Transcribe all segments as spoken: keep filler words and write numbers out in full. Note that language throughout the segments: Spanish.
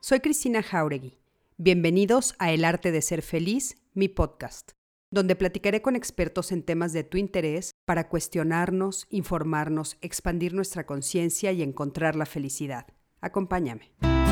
Soy Cristina Jauregui. Bienvenidos a El Arte de Ser Feliz, mi podcast, donde platicaré con expertos en temas de tu interés para cuestionarnos, informarnos, expandir nuestra conciencia y encontrar la felicidad. Acompáñame.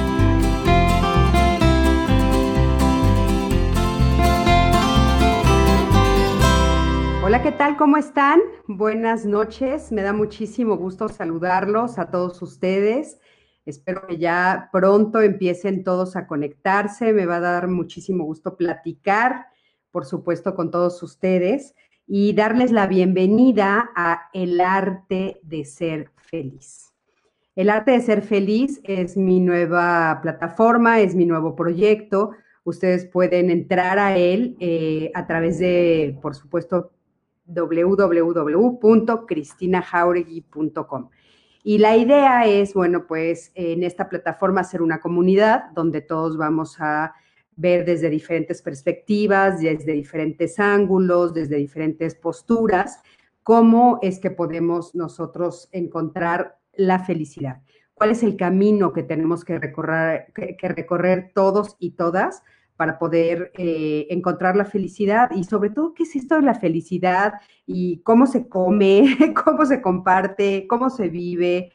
Hola, ¿qué tal? ¿Cómo están? Buenas noches. Me da muchísimo gusto saludarlos a todos ustedes. Espero que ya pronto empiecen todos a conectarse. Me va a dar muchísimo gusto platicar, por supuesto, con todos ustedes y darles la bienvenida a El Arte de Ser Feliz. El Arte de Ser Feliz es mi nueva plataforma, es mi nuevo proyecto. Ustedes pueden entrar a él eh, a través de, por supuesto, doble u doble u doble u punto cristina jauregui punto com. Y la idea es, bueno, pues en esta plataforma hacer una comunidad donde todos vamos a ver desde diferentes perspectivas, desde diferentes ángulos, desde diferentes posturas, cómo es que podemos nosotros encontrar la felicidad. ¿Cuál es el camino que tenemos que recorrer, que, que recorrer todos y todas para poder eh, encontrar la felicidad? Y sobre todo, ¿qué es esto de la felicidad? Y cómo se come, cómo se comparte, cómo se vive.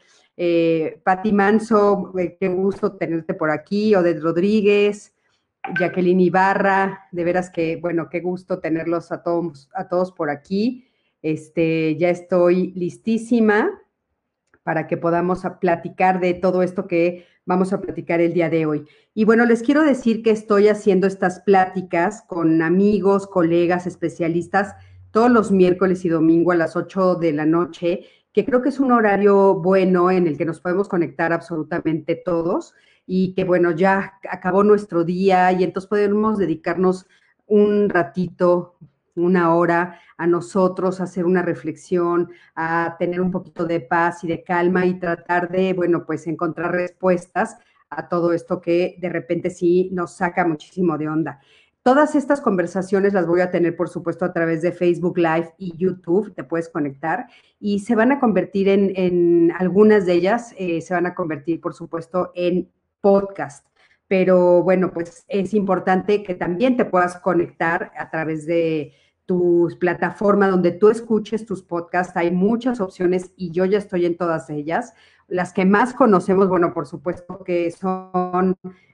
Eh, Pati Manso, eh, qué gusto tenerte por aquí. Odette Rodríguez, Jacqueline Ibarra, de veras que, bueno, qué gusto tenerlos a todos, a todos por aquí. Este, ya estoy listísima para que podamos platicar de todo esto que vamos a platicar el día de hoy. Y bueno, les quiero decir que estoy haciendo estas pláticas con amigos, colegas, especialistas, todos los miércoles y domingo a las ocho de la noche, que creo que es un horario bueno en el que nos podemos conectar absolutamente todos y que bueno, ya acabó nuestro día y entonces podemos dedicarnos un ratito, una hora a nosotros, a hacer una reflexión, a tener un poquito de paz y de calma y tratar de, bueno, pues encontrar respuestas a todo esto que de repente sí nos saca muchísimo de onda. Todas estas conversaciones las voy a tener, por supuesto, a través de Facebook Live y YouTube, te puedes conectar, y se van a convertir en, en algunas de ellas, eh, se van a convertir, por supuesto, en podcast. Pero bueno, pues es importante que también te puedas conectar a través de tu plataforma donde tú escuches tus podcasts. Hay muchas opciones y yo ya estoy en todas ellas. Las que más conocemos, bueno, por supuesto que son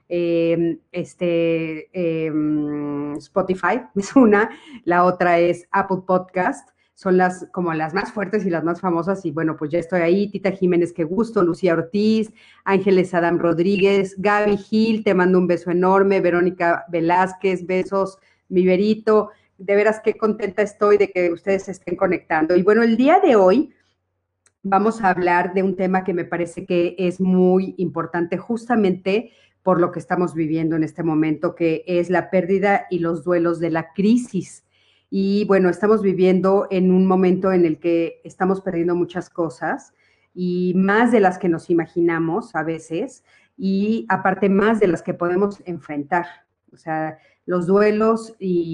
eh, este, eh, Spotify, es una, la otra es Apple Podcast, son las como las más fuertes y las más famosas y bueno, pues ya estoy ahí. Tita Jiménez, qué gusto, Lucía Ortiz, Ángeles Adam Rodríguez, Gaby Gil, te mando un beso enorme, Verónica Velázquez, besos, mi Verito. De veras qué contenta estoy de que ustedes se estén conectando. Y bueno, el día de hoy vamos a hablar de un tema que me parece que es muy importante justamente por lo que estamos viviendo en este momento, que es la pérdida y los duelos de la crisis. Y bueno, estamos viviendo en un momento en el que estamos perdiendo muchas cosas y más de las que nos imaginamos a veces y aparte más de las que podemos enfrentar. O sea, los duelos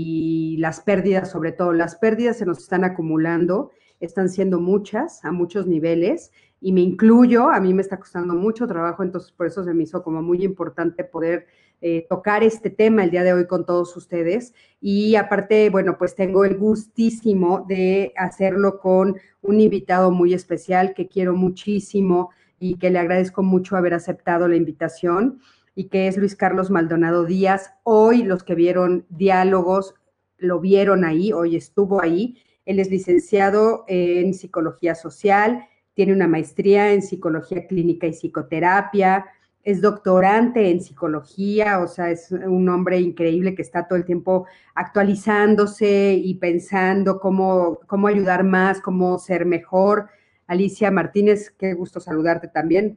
y las pérdidas, sobre todo, las pérdidas se nos están acumulando, están siendo muchas, a muchos niveles, y me incluyo, a mí me está costando mucho trabajo, entonces por eso se me hizo como muy importante poder eh, tocar este tema el día de hoy con todos ustedes, y aparte, bueno, pues tengo el gustísimo de hacerlo con un invitado muy especial que quiero muchísimo y que le agradezco mucho haber aceptado la invitación, y que es Luis Carlos Maldonado Díaz. Hoy los que vieron Diálogos lo vieron ahí, hoy estuvo ahí. Él es licenciado en Psicología Social, tiene una maestría en Psicología Clínica y Psicoterapia, es doctorante en Psicología, o sea, es un hombre increíble que está todo el tiempo actualizándose y pensando cómo, cómo ayudar más, cómo ser mejor. Alicia Martínez, qué gusto saludarte también.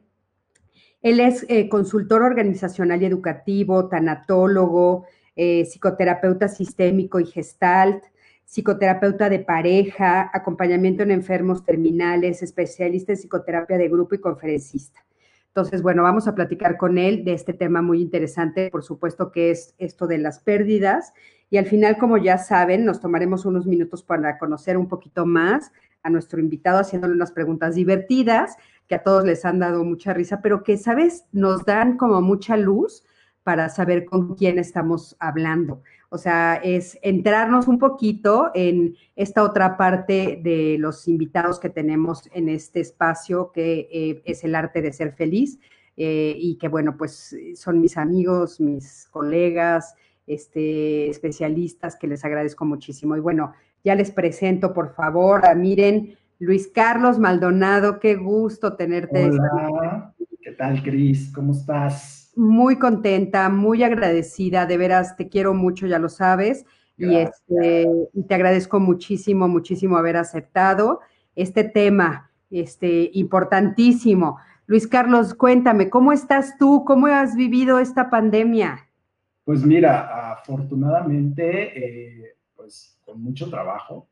Él es eh, consultor organizacional y educativo, tanatólogo, eh, psicoterapeuta sistémico y gestalt, psicoterapeuta de pareja, acompañamiento en enfermos terminales, especialista en psicoterapia de grupo y conferencista. Entonces, bueno, vamos a platicar con él de este tema muy interesante, por supuesto que es esto de las pérdidas. Y al final, como ya saben, nos tomaremos unos minutos para conocer un poquito más a nuestro invitado, haciéndole unas preguntas divertidas, que a todos les han dado mucha risa, pero que, ¿sabes?, nos dan como mucha luz para saber con quién estamos hablando. O sea, es entrarnos un poquito en esta otra parte de los invitados que tenemos en este espacio, que eh, es el arte de ser feliz, eh, y que, bueno, pues son mis amigos, mis colegas, este, especialistas, que les agradezco muchísimo. Y bueno, ya les presento, por favor, a Miren, Luis Carlos Maldonado, qué gusto tenerte esta noche. Hola, ¿qué tal, Cris? ¿Cómo estás? Muy contenta, muy agradecida, de veras te quiero mucho, ya lo sabes, y, este, Gracias. y te agradezco muchísimo, muchísimo haber aceptado este tema, este, importantísimo. Luis Carlos, cuéntame, ¿cómo estás tú? ¿Cómo has vivido esta pandemia? Pues mira, afortunadamente, eh, pues con mucho trabajo,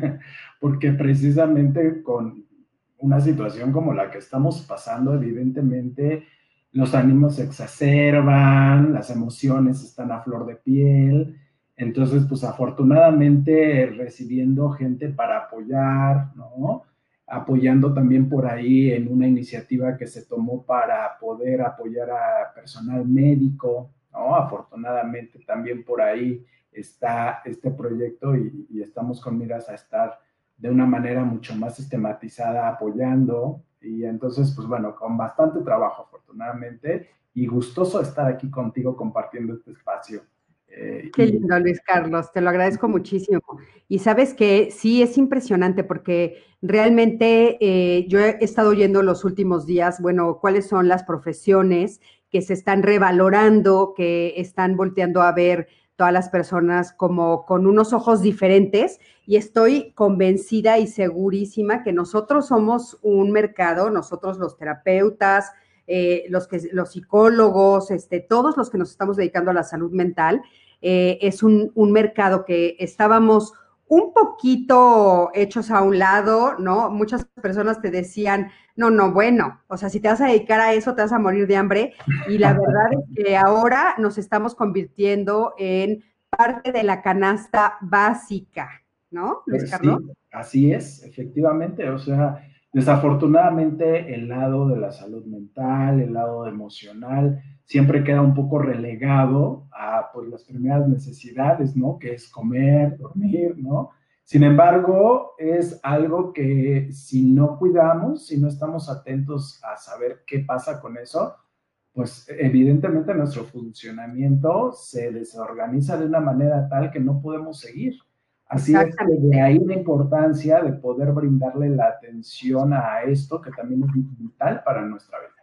porque precisamente con una situación como la que estamos pasando, evidentemente los ánimos se exacerban, las emociones están a flor de piel, entonces pues afortunadamente recibiendo gente para apoyar, ¿no? Apoyando también por ahí en una iniciativa que se tomó para poder apoyar a personal médico, ¿no? Afortunadamente también por ahí está este proyecto y, y estamos con miras a estar de una manera mucho más sistematizada apoyando y entonces pues bueno, con bastante trabajo afortunadamente y gustoso de estar aquí contigo compartiendo este espacio. Eh, Qué y lindo, Luis Carlos, te lo agradezco muchísimo. Y sabes que sí, es impresionante porque realmente eh, yo he estado oyendo los últimos días, bueno, cuáles son las profesiones que se están revalorando, que están volteando a ver todas las personas como con unos ojos diferentes, y estoy convencida y segurísima que nosotros somos un mercado, nosotros los terapeutas, eh, los, que, los psicólogos, este, todos los que nos estamos dedicando a la salud mental, eh, es un, un mercado que estábamos un poquito hechos a un lado, ¿no? Muchas personas te decían, no, no, bueno, o sea, si te vas a dedicar a eso, te vas a morir de hambre. Y la verdad es que ahora nos estamos convirtiendo en parte de la canasta básica, ¿no, Luis Pues Carlos? sí, así es, efectivamente. O sea, desafortunadamente el lado de la salud mental, el lado emocional, siempre queda un poco relegado a pues las primeras necesidades, ¿no? Que es comer, dormir, ¿no? Sin embargo, es algo que si no cuidamos, si no estamos atentos a saber qué pasa con eso, pues evidentemente nuestro funcionamiento se desorganiza de una manera tal que no podemos seguir. Así es que de Exactamente. ahí la importancia de poder brindarle la atención a esto que también es vital para nuestra vida.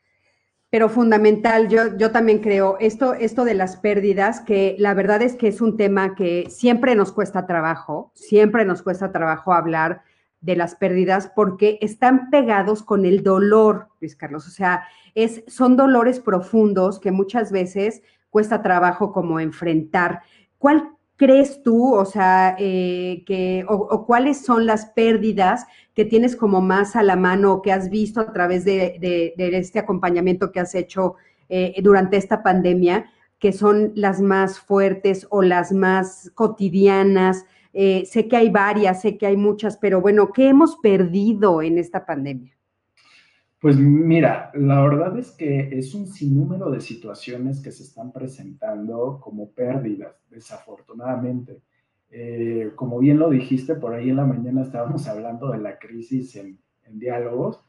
Pero fundamental, yo, yo también creo, esto, esto de las pérdidas, que la verdad es que es un tema que siempre nos cuesta trabajo, siempre nos cuesta trabajo hablar de las pérdidas porque están pegados con el dolor, Luis Carlos. O sea, es, son dolores profundos que muchas veces cuesta trabajo como enfrentar. ¿Cuál crees tú, o sea, eh, que, o, o cuáles son las pérdidas que tienes como más a la mano o que has visto a través de, de, de este acompañamiento que has hecho eh, durante esta pandemia, que son las más fuertes o las más cotidianas? Eh, sé que hay varias, sé que hay muchas, pero bueno, ¿qué hemos perdido en esta pandemia? Pues mira, la verdad es que es un sinnúmero de situaciones que se están presentando como pérdidas, desafortunadamente. Eh, como bien lo dijiste, por ahí en la mañana estábamos hablando de la crisis en, en diálogos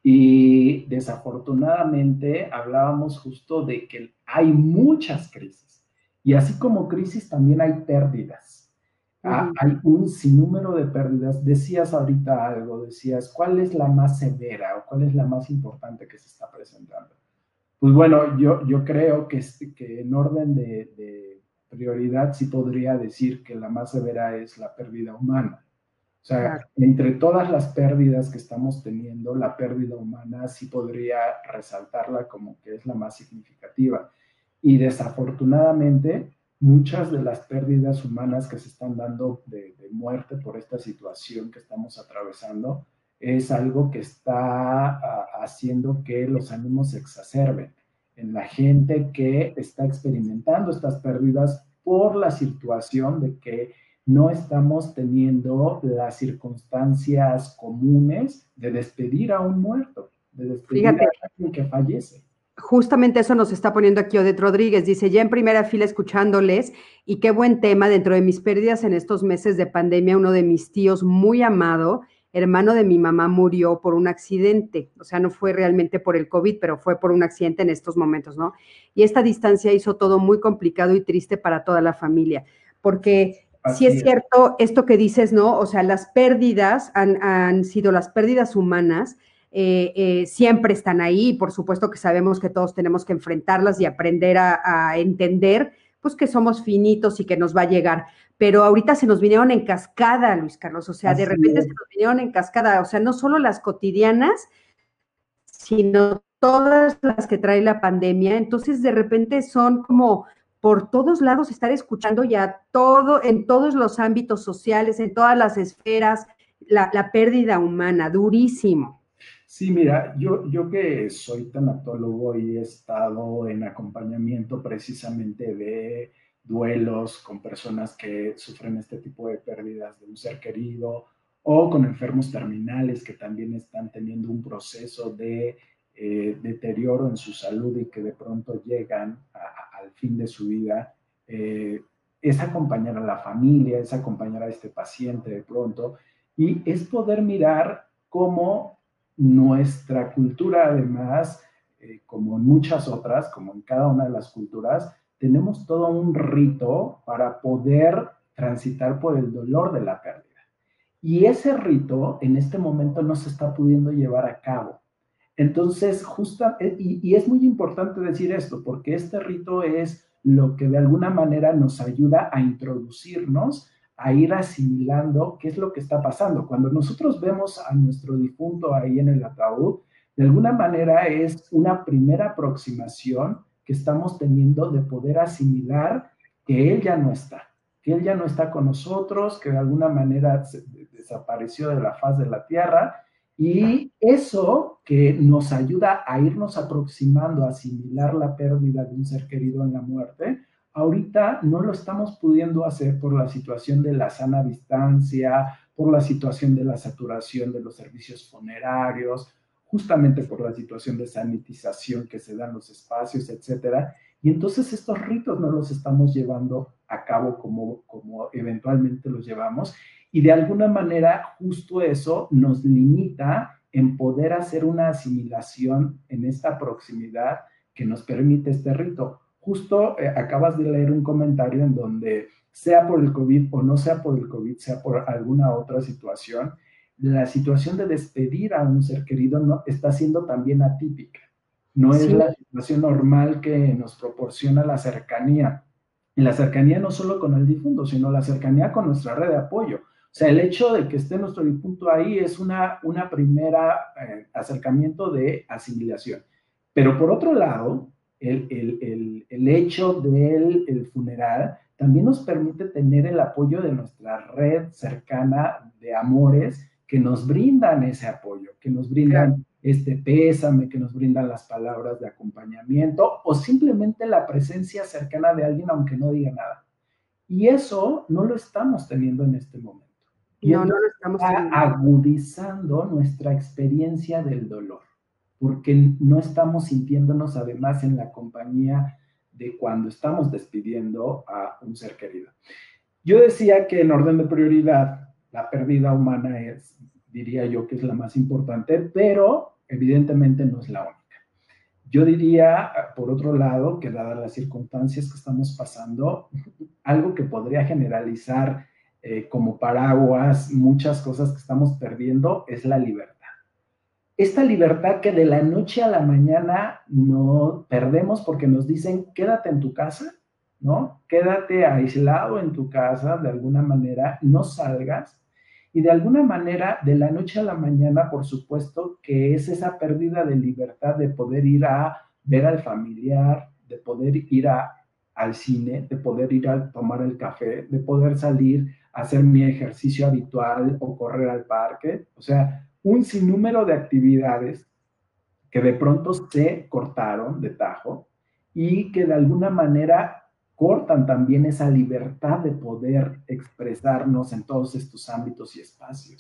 y desafortunadamente hablábamos justo de que hay muchas crisis y así como crisis también hay pérdidas. Uh Ah, -huh. hay un sinnúmero de pérdidas. Decías ahorita algo, decías, ¿cuál es la más severa o cuál es la más importante que se está presentando? Pues bueno, yo, yo creo que, que en orden de, de prioridad sí podría decir que la más severa es la pérdida humana. O sea, Claro. entre todas las pérdidas que estamos teniendo, la pérdida humana sí podría resaltarla como que es la más significativa. Y desafortunadamente, muchas de las pérdidas humanas que se están dando de, de muerte por esta situación que estamos atravesando es algo que está a, haciendo que los ánimos se exacerben en la gente que está experimentando estas pérdidas por la situación de que no estamos teniendo las circunstancias comunes de despedir a un muerto, de despedir a Fíjate, alguien que fallece. Justamente eso nos está poniendo aquí Odette Rodríguez. Dice, ya en primera fila escuchándoles y qué buen tema. Dentro de mis pérdidas en estos meses de pandemia, uno de mis tíos muy amado, hermano de mi mamá, murió por un accidente. O sea, no fue realmente por el COVID, pero fue por un accidente en estos momentos, ¿no? Y esta distancia hizo todo muy complicado y triste para toda la familia, porque sí Así es es. cierto esto que dices, ¿no? O sea, las pérdidas han, han sido las pérdidas humanas, eh, eh, siempre están ahí. Por supuesto que sabemos que todos tenemos que enfrentarlas y aprender a, a, entender pues que somos finitos y que nos va a llegar. Pero ahorita se nos vinieron en cascada, Luis Carlos, o sea, de Así repente se es. nos vinieron en cascada, o sea, no solo las cotidianas, sino todas las que trae la pandemia. Entonces, de repente son como por todos lados estar escuchando ya todo, en todos los ámbitos sociales, en todas las esferas, la, la pérdida humana, durísimo. Sí, mira, yo, yo que soy tanatólogo y he estado en acompañamiento precisamente de duelos con personas que sufren este tipo de pérdidas de un ser querido o con enfermos terminales que también están teniendo un proceso de eh, deterioro en su salud y que de pronto llegan a, a, al fin de su vida, eh, es acompañar a la familia, es acompañar a este paciente de pronto y es poder mirar cómo nuestra cultura, además, eh, como en muchas otras, como en cada una de las culturas, tenemos todo un rito para poder transitar por el dolor de la pérdida. Y ese rito en este momento no se está pudiendo llevar a cabo. Entonces, justa, y, y es muy importante decir esto, porque este rito es lo que de alguna manera nos ayuda a introducirnos, a ir asimilando qué es lo que está pasando. Cuando nosotros vemos a nuestro difunto ahí en el ataúd, de alguna manera es una primera aproximación que estamos teniendo de poder asimilar que él ya no está, que él ya no está con nosotros, que de alguna manera se, desapareció de la faz de la tierra. Y eso que nos ayuda a irnos aproximando, a asimilar la pérdida de un ser querido en la muerte, ahorita no lo estamos pudiendo hacer por la situación de la sana distancia, por la situación de la saturación de los servicios funerarios, justamente por la situación de sanitización que se dan los espacios, etcétera. Y entonces estos ritos no los estamos llevando a cabo como, como eventualmente los llevamos. Y de alguna manera justo eso nos limita en poder hacer una asimilación en esta proximidad que nos permite este rito. Justo eh, acabas de leer un comentario en donde, sea por el COVID o no sea por el COVID, sea por alguna otra situación, la situación de despedir a un ser querido no, está siendo también atípica. No es Sí, la situación normal que nos proporciona la cercanía. Y la cercanía no solo con el difunto, sino la cercanía con nuestra red de apoyo. O sea, el hecho de que esté nuestro difunto ahí es una, una primera eh, acercamiento de asimilación. Pero por otro lado, el, el, el, el hecho del el funeral también nos permite tener el apoyo de nuestra red cercana de amores que nos brindan ese apoyo, que nos claro. brindan este pésame, que nos brindan las palabras de acompañamiento o simplemente la presencia cercana de alguien aunque no diga nada. Y eso no lo estamos teniendo en este momento. Y No, no entonces lo estamos está teniendo. agudizando nuestra experiencia del dolor, porque no estamos sintiéndonos además en la compañía de cuando estamos despidiendo a un ser querido. Yo decía que en orden de prioridad, la pérdida humana es, diría yo, que es la más importante, pero evidentemente no es la única. Yo diría, por otro lado, que dadas las circunstancias que estamos pasando, algo que podría generalizar eh, como paraguas muchas cosas que estamos perdiendo es la libertad. Esta libertad que de la noche a la mañana no perdemos porque nos dicen quédate en tu casa, ¿no? Quédate aislado en tu casa de alguna manera, no salgas. Y de alguna manera, de la noche a la mañana, por supuesto, que es esa pérdida de libertad de poder ir a ver al familiar, de poder ir a, al cine, de poder ir a tomar el café, de poder salir a hacer mi ejercicio habitual o correr al parque. O sea, un sinnúmero de actividades que de pronto se cortaron de tajo y que de alguna manera cortan también esa libertad de poder expresarnos en todos estos ámbitos y espacios.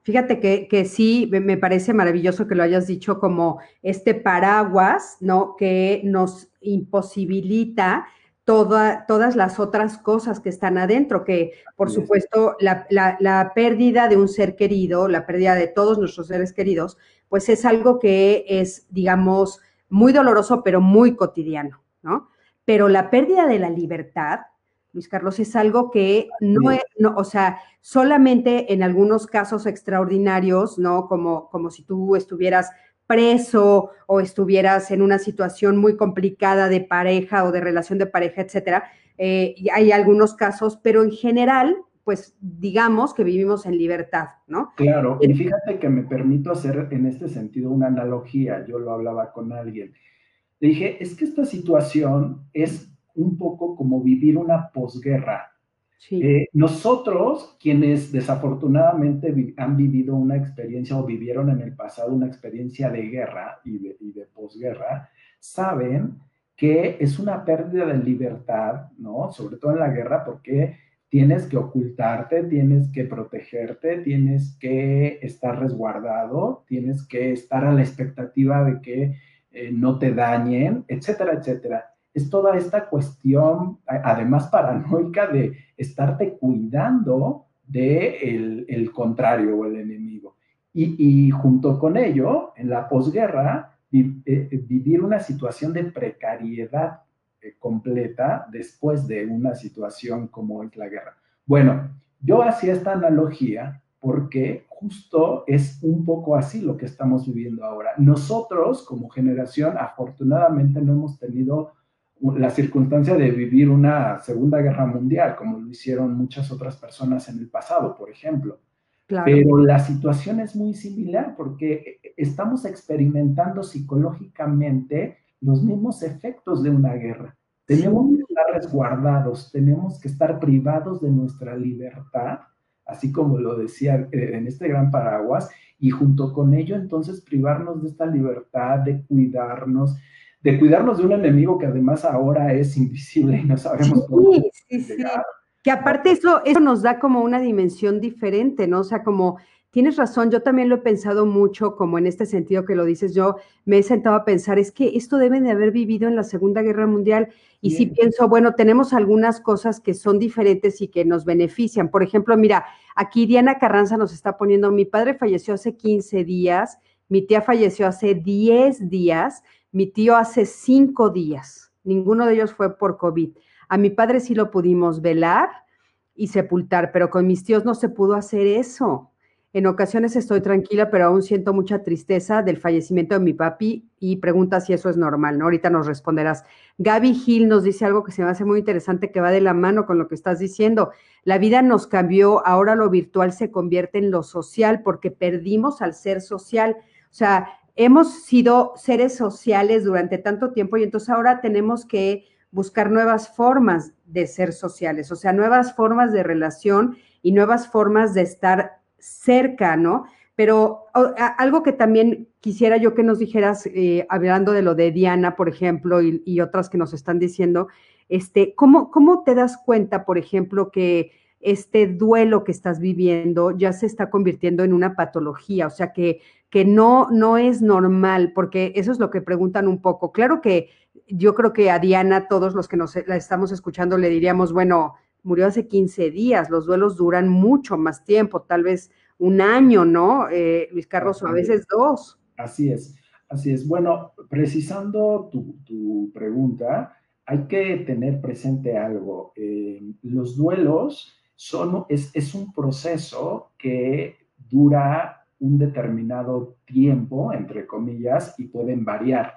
Fíjate que, que sí, me me parece maravilloso que lo hayas dicho como este paraguas, ¿no? Que nos imposibilita toda, todas las otras cosas que están adentro, que por Así es. supuesto la, la, la pérdida de un ser querido, la pérdida de todos nuestros seres queridos, pues es algo que es, digamos, muy doloroso, pero muy cotidiano, ¿no? Pero la pérdida de la libertad, Luis Carlos, es algo que Así no es, es. no, o sea, solamente en algunos casos extraordinarios, ¿no? Como, como si tú estuvieras preso o estuvieras en una situación muy complicada de pareja o de relación de pareja, etcétera. Eh, y hay algunos casos, pero en general, pues digamos que vivimos en libertad, ¿no? Claro, y fíjate que me permito hacer en este sentido una analogía. Yo lo hablaba con alguien. Le dije, es que esta situación es un poco como vivir una posguerra. Sí, Eh, nosotros, quienes desafortunadamente vi han vivido una experiencia o vivieron en el pasado una experiencia de guerra y de, y de posguerra, saben que es una pérdida de libertad, ¿no? Sobre todo en la guerra, porque tienes que ocultarte, tienes que protegerte, tienes que estar resguardado, tienes que estar a la expectativa de que eh, no te dañen, etcétera, etcétera. Es toda esta cuestión, además paranoica, de estarte cuidando del de el contrario o el enemigo. Y, y, junto con ello, en la posguerra, vi, eh, vivir una situación de precariedad eh, completa después de una situación como es la guerra. Bueno, yo hacía esta analogía porque justo es un poco así lo que estamos viviendo ahora. Nosotros, como generación, afortunadamente no hemos tenido la circunstancia de vivir una Segunda Guerra Mundial, como lo hicieron muchas otras personas en el pasado, por ejemplo. claro. Pero la situación es muy similar porque estamos experimentando psicológicamente los mismos efectos de una guerra. Tenemos que Sí, estar resguardados, tenemos que estar privados de nuestra libertad, así como lo decía en este gran paraguas, y junto con ello entonces privarnos de esta libertad, de cuidarnos, de cuidarnos de un enemigo que además ahora es invisible y no sí, sabemos por dónde sí, puede llegar, sí. Que ¿no? aparte eso, eso nos da como una dimensión diferente, ¿no? O sea, como tienes razón, yo también lo he pensado mucho, como en este sentido que lo dices, yo me he sentado a pensar, es que esto deben de haber vivido en la Segunda Guerra Mundial, y sí Bien, pienso, bueno, tenemos algunas cosas que son diferentes y que nos benefician. Por ejemplo, mira, aquí Diana Carranza nos está poniendo, mi padre falleció hace quince días, mi tía falleció hace diez días, mi tío hace cinco días, ninguno de ellos fue por COVID. A mi padre sí lo pudimos velar y sepultar, pero con mis tíos no se pudo hacer eso. En ocasiones estoy tranquila, pero aún siento mucha tristeza del fallecimiento de mi papi y pregunta si eso es normal, ¿no? Ahorita nos responderás. Gaby Gil nos dice algo que se me hace muy interesante, que va de la mano con lo que estás diciendo. La vida nos cambió, ahora lo virtual se convierte en lo social porque perdimos al ser social. O sea, hemos sido seres sociales durante tanto tiempo y entonces ahora tenemos que buscar nuevas formas de ser sociales, o sea, nuevas formas de relación y nuevas formas de estar cerca, ¿no? Pero o, a, algo que también quisiera yo que nos dijeras, eh, hablando de lo de Diana, por ejemplo, y, y otras que nos están diciendo, este, ¿cómo, ¿cómo te das cuenta, por ejemplo, que este duelo que estás viviendo ya se está convirtiendo en una patología? O sea, que, que no, no es normal, porque eso es lo que preguntan un poco. Claro que yo creo que a Diana, todos los que nos la estamos escuchando, le diríamos, bueno, murió hace quince días, los duelos duran mucho más tiempo, tal vez un año, ¿no? Eh, Luis Carlos, o a así es. veces dos. Así es, así es. Bueno, precisando tu, tu pregunta, hay que tener presente algo. Eh, los duelos son, es, es un proceso que dura un determinado tiempo, entre comillas, y pueden variar.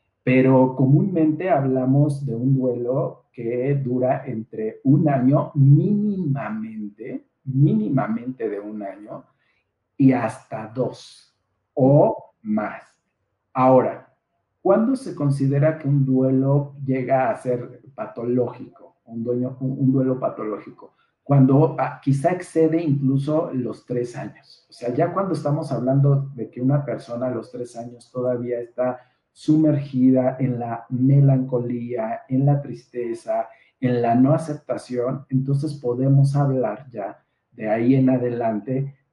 Pero comúnmente hablamos de un duelo que dura entre un año mínimamente, mínimamente de un año, y hasta dos o más. Ahora, ¿cuándo se considera que un duelo llega a ser patológico? Un, dueño, un, un duelo patológico. Cuando ah, quizá excede incluso los tres años. O sea, ya cuando estamos hablando de que una persona a los tres años todavía está sumergida en la melancolía, en la tristeza, en la no aceptación, entonces podemos hablar ya de ahí en adelante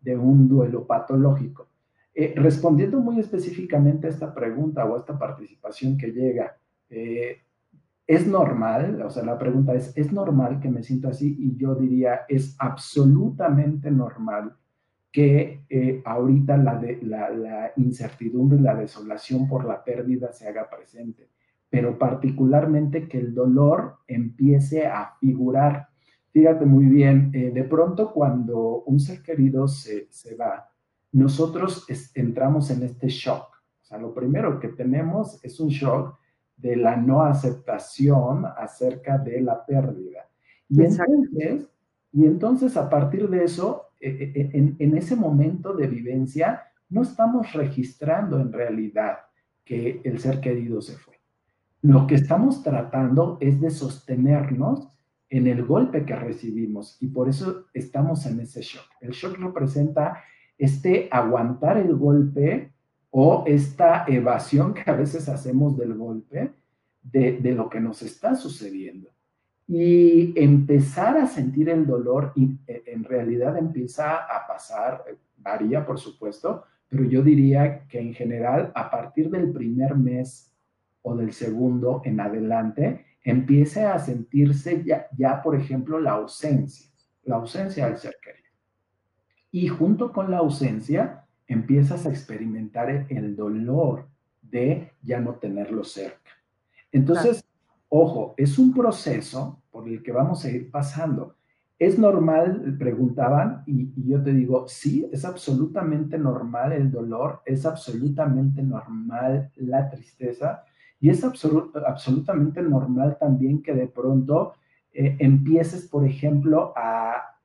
de un duelo patológico. Eh, respondiendo muy específicamente a esta pregunta o a esta participación que llega, eh, ¿es normal? O sea, la pregunta es, ¿es normal que me sienta así? Y yo diría, es absolutamente normal que eh, ahorita la, de, la, la incertidumbre y la desolación por la pérdida se haga presente, pero particularmente que el dolor empiece a figurar. Fíjate muy bien, eh, de pronto cuando un ser querido se, se va, nosotros es, entramos en este shock. O sea, lo primero que tenemos es un shock de la no aceptación acerca de la pérdida. Y Exacto. entonces, y entonces a partir de eso, eh, en, en ese momento de vivencia, no estamos registrando en realidad que el ser querido se fue. Lo que estamos tratando es de sostenernos en el golpe que recibimos y por eso estamos en ese shock. El shock representa este aguantar el golpe o esta evasión que a veces hacemos del golpe de, de lo que nos está sucediendo. Y empezar a sentir el dolor y en realidad empieza a pasar, varía por supuesto, pero yo diría que en general a partir del primer mes o del segundo en adelante, empiece a sentirse ya, ya, por ejemplo, la ausencia, la ausencia del ser querido. Y junto con la ausencia, empiezas a experimentar el, el dolor de ya no tenerlo cerca. Entonces, claro. Ojo, es un proceso por el que vamos a ir pasando. ¿Es normal? Preguntaban, y, y yo te digo, sí, es absolutamente normal el dolor, es absolutamente normal la tristeza, y es absolut, absolutamente normal también que de pronto eh, empieces, por ejemplo, a,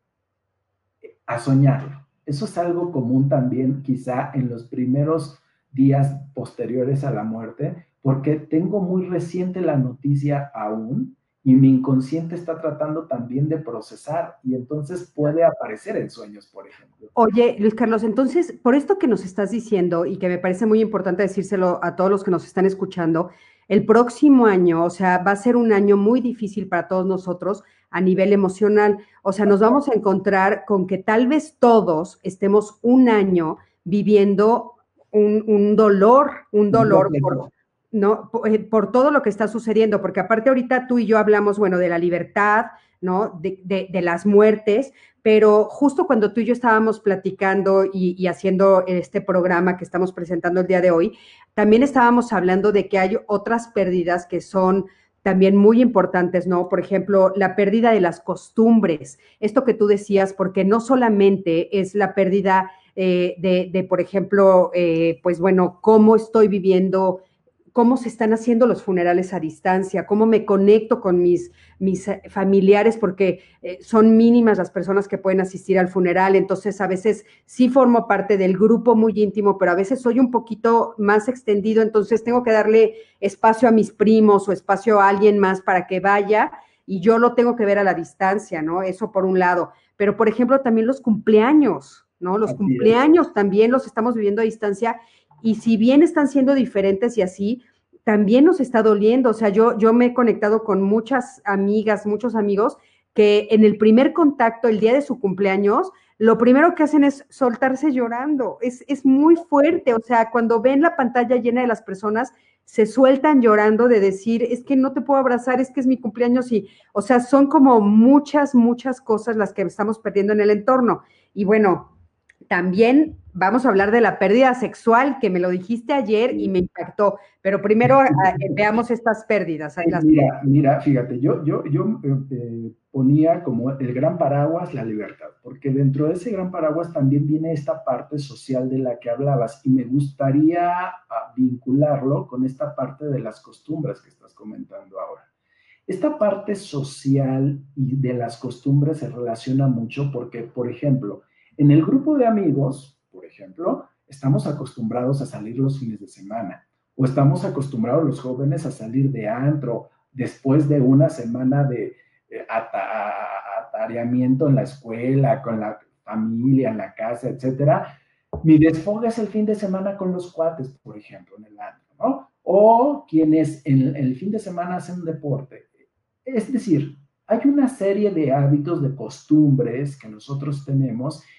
a soñarlo. Eso es algo común también quizá en los primeros días posteriores a la muerte, porque tengo muy reciente la noticia aún y mi inconsciente está tratando también de procesar y entonces puede aparecer en sueños, por ejemplo. Oye, Luis Carlos, entonces, por esto que nos estás diciendo y que me parece muy importante decírselo a todos los que nos están escuchando, el próximo año, o sea, va a ser un año muy difícil para todos nosotros a nivel emocional. O sea, nos vamos a encontrar con que tal vez todos estemos un año viviendo un, un dolor, un dolor por, ¿no? Por, eh, por todo lo que está sucediendo, porque aparte ahorita tú y yo hablamos, bueno, de la libertad, ¿no? De, de, de las muertes, pero justo cuando tú y yo estábamos platicando y, y haciendo este programa que estamos presentando el día de hoy, también estábamos hablando de que hay otras pérdidas que son también muy importantes, ¿no? Por ejemplo, la pérdida de las costumbres, esto que tú decías, porque no solamente es la pérdida eh, de, de, por ejemplo, eh, pues bueno, cómo estoy viviendo, cómo se están haciendo los funerales a distancia, cómo me conecto con mis, mis familiares, porque eh, son mínimas las personas que pueden asistir al funeral, entonces a veces sí formo parte del grupo muy íntimo, pero a veces soy un poquito más extendido, entonces tengo que darle espacio a mis primos o espacio a alguien más para que vaya y yo lo tengo que ver a la distancia, ¿no? Eso por un lado. Pero, por ejemplo, también los cumpleaños, ¿no? Los Así cumpleaños es. También los estamos viviendo a distancia y si bien están siendo diferentes y así, también nos está doliendo. O sea, yo, yo me he conectado con muchas amigas, muchos amigos que en el primer contacto, el día de su cumpleaños, lo primero que hacen es soltarse llorando. Es, es muy fuerte. O sea, cuando ven la pantalla llena de las personas, se sueltan llorando de decir, es que no te puedo abrazar, es que es mi cumpleaños. Y, o sea, son como muchas, muchas cosas las que estamos perdiendo en el entorno. Y bueno, también vamos a hablar de la pérdida sexual, que me lo dijiste ayer y me impactó, pero primero eh, veamos estas pérdidas. Las... Mira, mira, fíjate, yo, yo, yo eh, ponía como el gran paraguas la libertad, porque dentro de ese gran paraguas también viene esta parte social de la que hablabas y me gustaría vincularlo con esta parte de las costumbres que estás comentando ahora. Esta parte social y de las costumbres se relaciona mucho porque, por ejemplo, en el grupo de amigos, por ejemplo, estamos acostumbrados a salir los fines de semana o estamos acostumbrados los jóvenes a salir de antro después de una semana de eh, atareamiento en la escuela, con la familia, en la casa, etcétera. Mi desfogue es el fin de semana con los cuates, por ejemplo, en el antro, ¿no? O quienes en el fin de semana hacen deporte. Es decir, hay una serie de hábitos, de costumbres que nosotros tenemos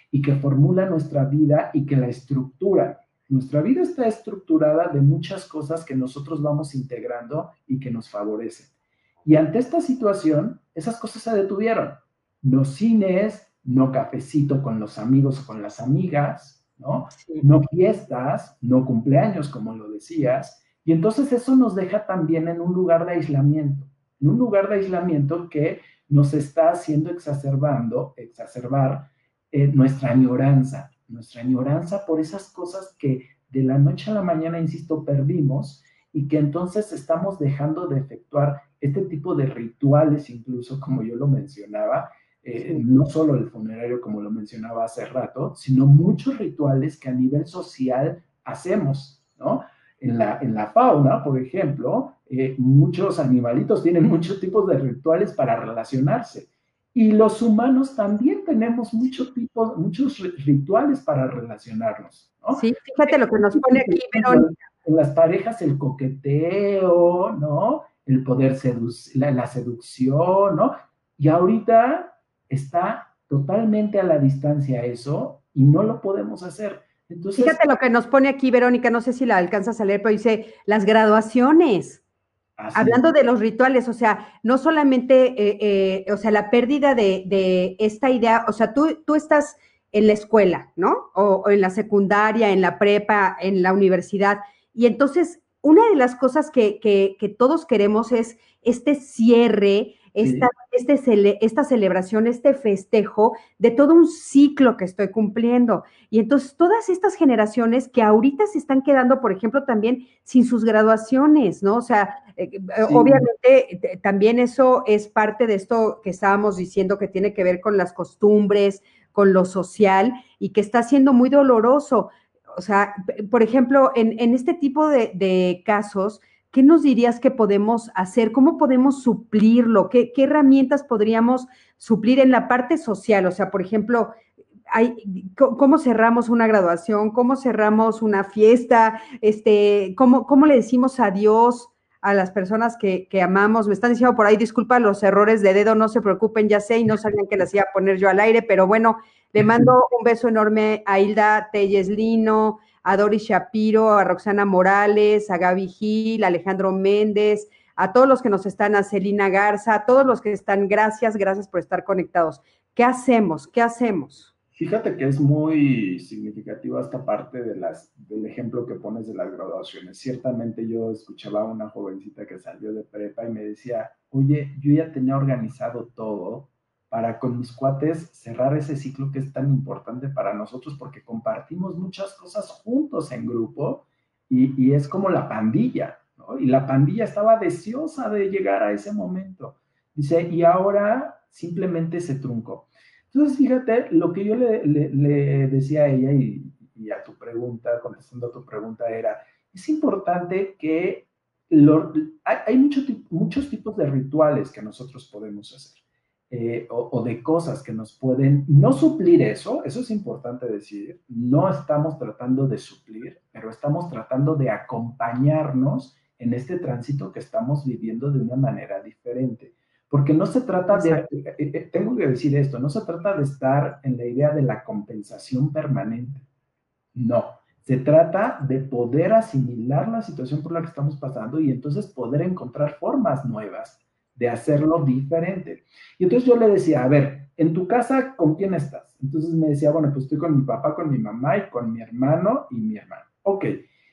y que formula nuestra vida y que la estructura. Nuestra vida está estructurada de muchas cosas que nosotros vamos integrando y que nos favorecen. Y ante esta situación, esas cosas se detuvieron. No cines, no cafecito con los amigos o con las amigas, ¿no? Sí. No fiestas, no cumpleaños, como lo decías. Y entonces eso nos deja también en un lugar de aislamiento, en un lugar de aislamiento que nos está haciendo exacerbando, exacerbar eh, nuestra añoranza, nuestra añoranza por esas cosas que de la noche a la mañana, insisto, perdimos y que entonces estamos dejando de efectuar este tipo de rituales, incluso como yo lo mencionaba, eh, Sí. no solo el funerario como lo mencionaba hace rato, sino muchos rituales que a nivel social hacemos, ¿no? En la, en la fauna, por ejemplo, eh, muchos animalitos tienen muchos tipos de rituales para relacionarse. Y los humanos también tenemos muchos tipos, muchos rituales para relacionarnos, ¿no? Sí, fíjate lo que nos pone aquí, Verónica. En las parejas el coqueteo, ¿no? El poder seducir, la, la seducción, ¿no? Y ahorita está totalmente a la distancia eso y no lo podemos hacer. Entonces, Fíjate lo que nos pone aquí, Verónica, no sé si la alcanzas a leer, pero dice las graduaciones. así, Hablando de los rituales, o sea, no solamente, eh, eh, o sea, la pérdida de, de, esta idea, o sea, tú, tú estás en la escuela, ¿no? O, o en la secundaria, en la prepa, en la universidad, y entonces una de las cosas que, que, que todos queremos es este cierre, esta, sí, este cele, esta celebración, este festejo de todo un ciclo que estoy cumpliendo. Y entonces todas estas generaciones que ahorita se están quedando, por ejemplo, también sin sus graduaciones, ¿no? O sea, eh, sí, obviamente también eso es parte de esto que estábamos diciendo que tiene que ver con las costumbres, con lo social y que está siendo muy doloroso. O sea, por ejemplo, en, en este tipo de, de, casos, ¿qué nos dirías que podemos hacer? ¿Cómo podemos suplirlo? ¿Qué, qué herramientas podríamos suplir en la parte social? O sea, por ejemplo, hay, ¿cómo cerramos una graduación? ¿Cómo cerramos una fiesta? Este, ¿cómo, cómo le decimos adiós a las personas que, que amamos? Me están diciendo por ahí, disculpa los errores de dedo, no se preocupen, ya sé, y no sabían que las iba a poner yo al aire, pero bueno, le mando un beso enorme a Hilda Telles Lino, a Doris Shapiro, a Roxana Morales, a Gaby Gil, a Alejandro Méndez, a todos los que nos están, a Celina Garza, a todos los que están, gracias, gracias por estar conectados. ¿Qué hacemos? ¿Qué hacemos? fíjate que es muy significativa esta parte de las, del ejemplo que pones de las graduaciones. Ciertamente yo escuchaba a una jovencita que salió de prepa y me decía, oye, yo ya tenía organizado todo para con mis cuates cerrar ese ciclo que es tan importante para nosotros porque compartimos muchas cosas juntos en grupo y, y es como la pandilla, ¿no? Y la pandilla estaba deseosa de llegar a ese momento. Dice, y ahora simplemente se truncó. Entonces, fíjate, lo que yo le, le, le decía a ella y, y, a tu pregunta, contestando a tu pregunta, era, es importante que lo, hay, hay mucho, muchos tipos de rituales que nosotros podemos hacer eh, o, o de cosas que nos pueden, no suplir eso, eso es importante decir, no estamos tratando de suplir, pero estamos tratando de acompañarnos en este tránsito que estamos viviendo de una manera diferente. Porque no se trata de, eh, eh, tengo que decir esto, no se trata de estar en la idea de la compensación permanente. No, se trata de poder asimilar la situación por la que estamos pasando y entonces poder encontrar formas nuevas de hacerlo diferente. Y entonces yo le decía, a ver, en tu casa, ¿con quién estás? Entonces me decía, bueno, pues estoy con mi papá, con mi mamá y con mi hermano y mi hermano. Ok,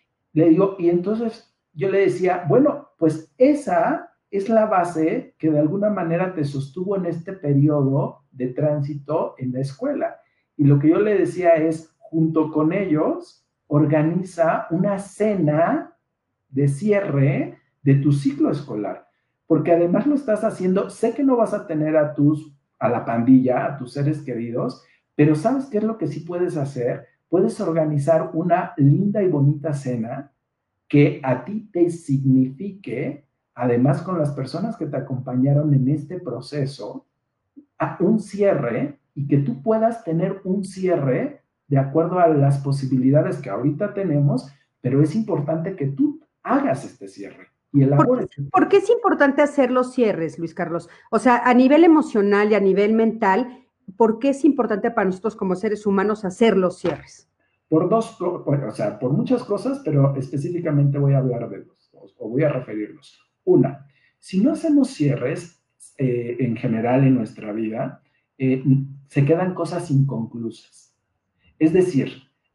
le digo, y entonces yo le decía, bueno, pues esa es la base que de alguna manera te sostuvo en este periodo de tránsito en la escuela. Y lo que yo le decía es, junto con ellos, organiza una cena de cierre de tu ciclo escolar. Porque además lo estás haciendo, sé que no vas a tener a tus, a la pandilla, a tus seres queridos, pero ¿sabes qué es lo que sí puedes hacer? Puedes organizar una linda y bonita cena que a ti te signifique, además con las personas que te acompañaron en este proceso, a un cierre y que tú puedas tener un cierre de acuerdo a las posibilidades que ahorita tenemos, pero es importante que tú hagas este cierre y ¿Por elabores. qué, ¿Por qué es importante hacer los cierres, Luis Carlos? O sea, a nivel emocional y a nivel mental, ¿por qué es importante para nosotros como seres humanos hacer los cierres? Por dos, o sea, por muchas cosas, pero específicamente voy a hablar de dos, o voy a referirlos. Una, si no hacemos cierres eh, en general en nuestra vida, eh, se quedan cosas inconclusas. Es decir,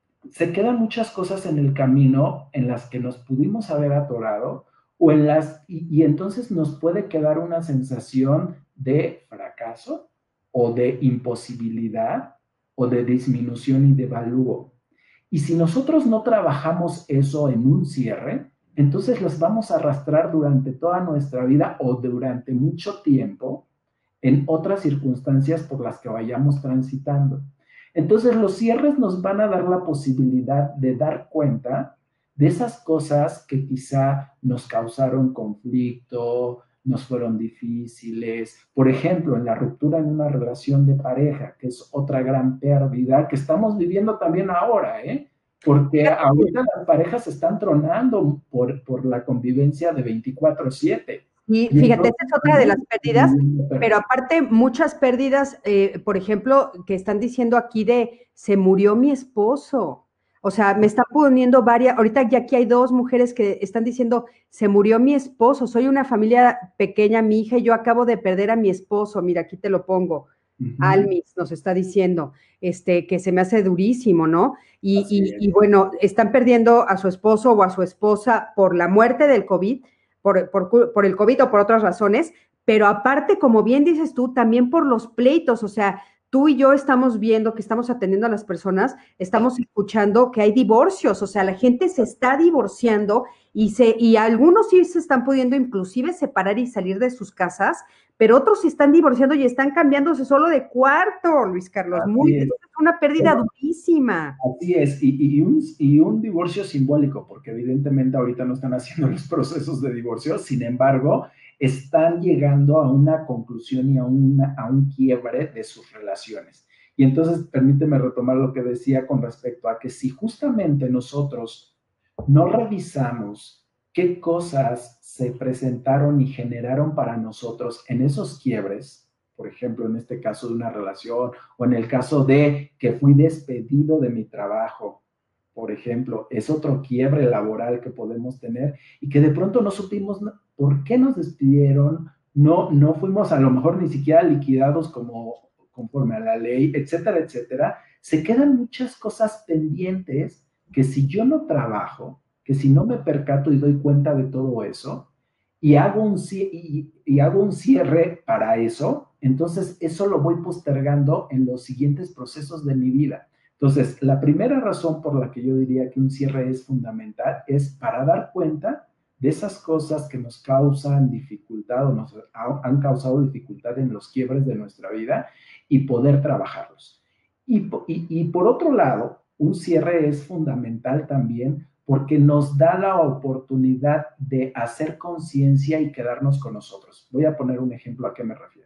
se quedan muchas cosas en el camino en las que nos pudimos haber atorado o en las, y, y entonces nos puede quedar una sensación de fracaso o de imposibilidad o de disminución y devalúo. Y si nosotros no trabajamos eso en un cierre, entonces los vamos a arrastrar durante toda nuestra vida o durante mucho tiempo en otras circunstancias por las que vayamos transitando. Entonces los cierres nos van a dar la posibilidad de dar cuenta de esas cosas que quizá nos causaron conflicto, nos fueron difíciles. Por ejemplo, en la ruptura en una relación de pareja, que es otra gran pérdida que estamos viviendo también ahora, ¿eh? Porque ahorita las parejas están tronando por, por la convivencia de veinticuatro siete. Y fíjate, esa es otra de las pérdidas, pero aparte muchas pérdidas, eh, por ejemplo, que están diciendo aquí de, se murió mi esposo. O sea, me están poniendo varias, ahorita ya aquí hay dos mujeres que están diciendo, se murió mi esposo, soy una familia pequeña, mi hija y yo acabo de perder a mi esposo, mira, aquí te lo pongo. Uh-huh. Almis nos está diciendo, este, que se me hace durísimo, ¿no? Y, y, y bueno, están perdiendo a su esposo o a su esposa por la muerte del COVID, por, por, por el COVID o por otras razones, pero aparte, como bien dices tú, también por los pleitos, o sea, tú y yo estamos viendo que estamos atendiendo a las personas, estamos escuchando que hay divorcios, o sea, la gente se está divorciando y, se, y algunos sí se están pudiendo inclusive separar y salir de sus casas, pero otros se están divorciando y están cambiándose solo de cuarto, Luis Carlos. Así Muy, es. Es una pérdida bueno, durísima. Así es, y, y, un, y un divorcio simbólico, porque evidentemente ahorita no están haciendo los procesos de divorcio, sin embargo, están llegando a una conclusión y a, una, a un quiebre de sus relaciones. Y entonces, permíteme retomar lo que decía con respecto a que si justamente nosotros no revisamos qué cosas se presentaron y generaron para nosotros en esos quiebres, por ejemplo, en este caso de una relación, o en el caso de que fui despedido de mi trabajo, por ejemplo, es otro quiebre laboral que podemos tener y que de pronto no supimos por qué nos despidieron, no, no fuimos a lo mejor ni siquiera liquidados como conforme a la ley, etcétera, etcétera. Se quedan muchas cosas pendientes que si yo no trabajo, que si no me percato y doy cuenta de todo eso, y hago un, y, y hago un cierre para eso, entonces eso lo voy postergando en los siguientes procesos de mi vida. Entonces, la primera razón por la que yo diría que un cierre es fundamental es para dar cuenta de esas cosas que nos causan dificultad o nos han causado dificultad en los quiebres de nuestra vida y poder trabajarlos. Y, y, y por otro lado, un cierre es fundamental también porque nos da la oportunidad de hacer conciencia y quedarnos con nosotros. Voy a poner un ejemplo a qué me refiero.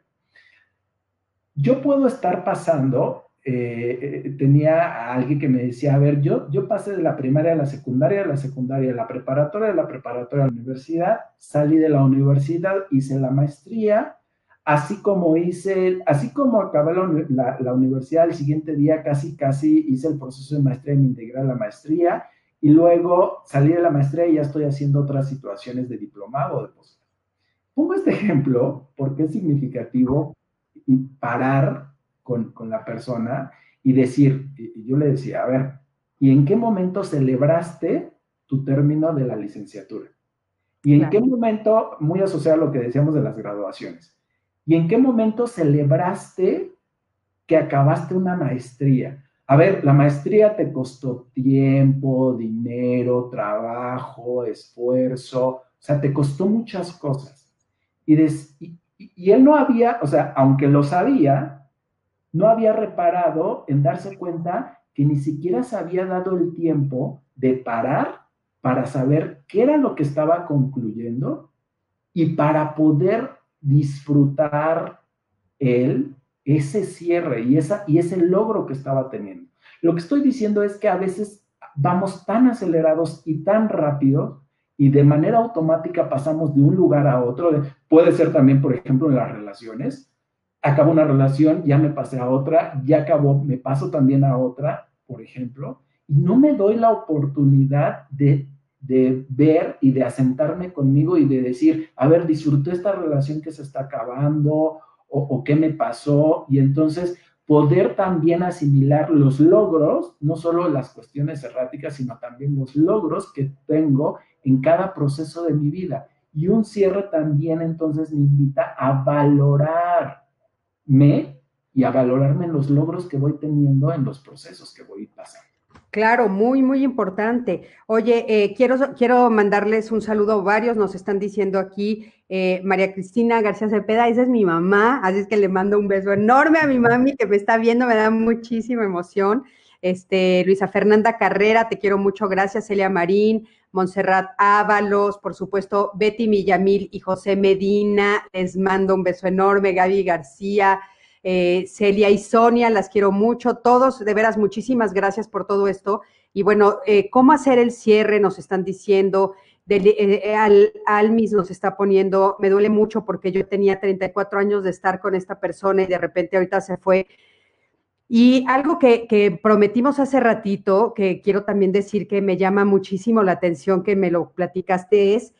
Yo puedo estar pasando, eh, eh, tenía a alguien que me decía, a ver, yo, yo pasé de la primaria a la secundaria, de la secundaria a la preparatoria, de la preparatoria a la universidad, salí de la universidad, hice la maestría, así como hice, así como acabé la, la, la universidad, el siguiente día casi, casi hice el proceso de maestría y me integré a la maestría, y luego salí de la maestría y ya estoy haciendo otras situaciones de diplomado o de posgrado. Pongo este ejemplo porque es significativo y parar con, con la persona y decir, y yo le decía, a ver, ¿y en qué momento celebraste tu término de la licenciatura? ¿Y en claro. qué momento, muy asociado a lo que decíamos de las graduaciones, ¿y en qué momento celebraste que acabaste una maestría? A ver, la maestría te costó tiempo, dinero, trabajo, esfuerzo, o sea, te costó muchas cosas. Y, des, y, y él no había, o sea, aunque lo sabía, no había reparado en darse cuenta que ni siquiera se había dado el tiempo de parar para saber qué era lo que estaba concluyendo y para poder disfrutar él ese cierre y, esa, y ese logro que estaba teniendo. Lo que estoy diciendo es que a veces vamos tan acelerados y tan rápido y de manera automática pasamos de un lugar a otro. Puede ser también, por ejemplo, en las relaciones. acabo una relación, ya me pasé a otra, ya acabó, me paso también a otra, por ejemplo, y no me doy la oportunidad de, de ver y de asentarme conmigo y de decir, a ver, disfruté esta relación que se está acabando, o, o qué me pasó, y entonces poder también asimilar los logros, no solo las cuestiones erráticas, sino también los logros que tengo en cada proceso de mi vida. Y un cierre también entonces me invita a valorarme y a valorarme en los logros que voy teniendo en los procesos que voy pasando. Claro, muy, muy importante. Oye, eh, quiero, quiero mandarles un saludo a varios, nos están diciendo aquí, eh, María Cristina García Cepeda, esa es mi mamá, así es que le mando un beso enorme a mi mami que me está viendo, me da muchísima emoción. Este, Luisa Fernanda Carrera, te quiero mucho, gracias, Celia Marín, Montserrat Ábalos, por supuesto, Betty Millamil y José Medina, les mando un beso enorme, Gaby García, eh, Celia y Sonia, las quiero mucho, todos, de veras, muchísimas gracias por todo esto. Y bueno, eh, ¿cómo hacer el cierre? Nos están diciendo, de, eh, Al, Almis nos está poniendo, me duele mucho porque yo tenía treinta y cuatro años de estar con esta persona y de repente ahorita se fue. Y algo que, que prometimos hace ratito, que quiero también decir que me llama muchísimo la atención que me lo platicaste, es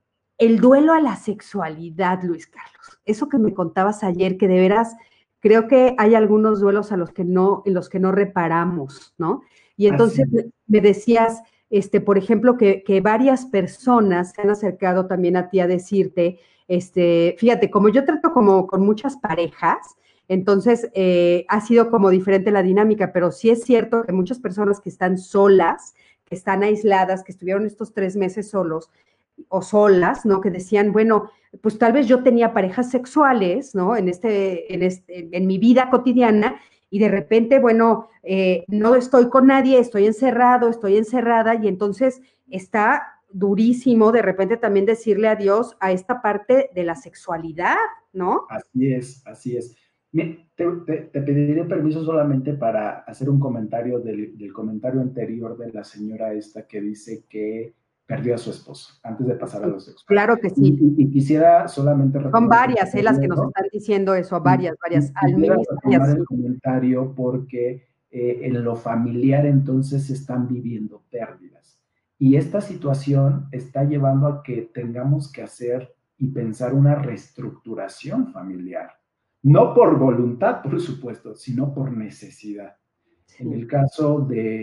el duelo a la sexualidad, Luis Carlos. Eso que me contabas ayer, que de veras creo que hay algunos duelos a los que no, en los que no reparamos, ¿no? Y entonces Así. me decías, este, por ejemplo, que, que varias personas se han acercado también a ti a decirte, este, fíjate, como yo trato como con muchas parejas, entonces eh, ha sido como diferente la dinámica, pero sí es cierto que muchas personas que están solas, que están aisladas, que estuvieron estos tres meses solos, o solas, ¿no? Que decían, bueno, pues tal vez yo tenía parejas sexuales, ¿no? En, este, en, este, en mi vida cotidiana y de repente, bueno, eh, no estoy con nadie, estoy encerrado, estoy encerrada y entonces está durísimo de repente también decirle adiós a esta parte de la sexualidad, ¿no? Así es, así es. Te, te, te pediré permiso solamente para hacer un comentario del, del comentario anterior de la señora esta que dice que perdió a su esposo, antes de pasar a Sí, lo sexual. claro que Y, sí. y, y quisiera solamente Son retomar tu varias, ¿eh? Las que nos periodo están diciendo eso, y, varias, varias, y al quisiera menos retomar varias, el sí. comentario porque eh, en lo familiar entonces se están viviendo pérdidas. Y esta situación está llevando a que tengamos que hacer y pensar una reestructuración familiar. No por voluntad, por supuesto, sino por necesidad. En Sí. el caso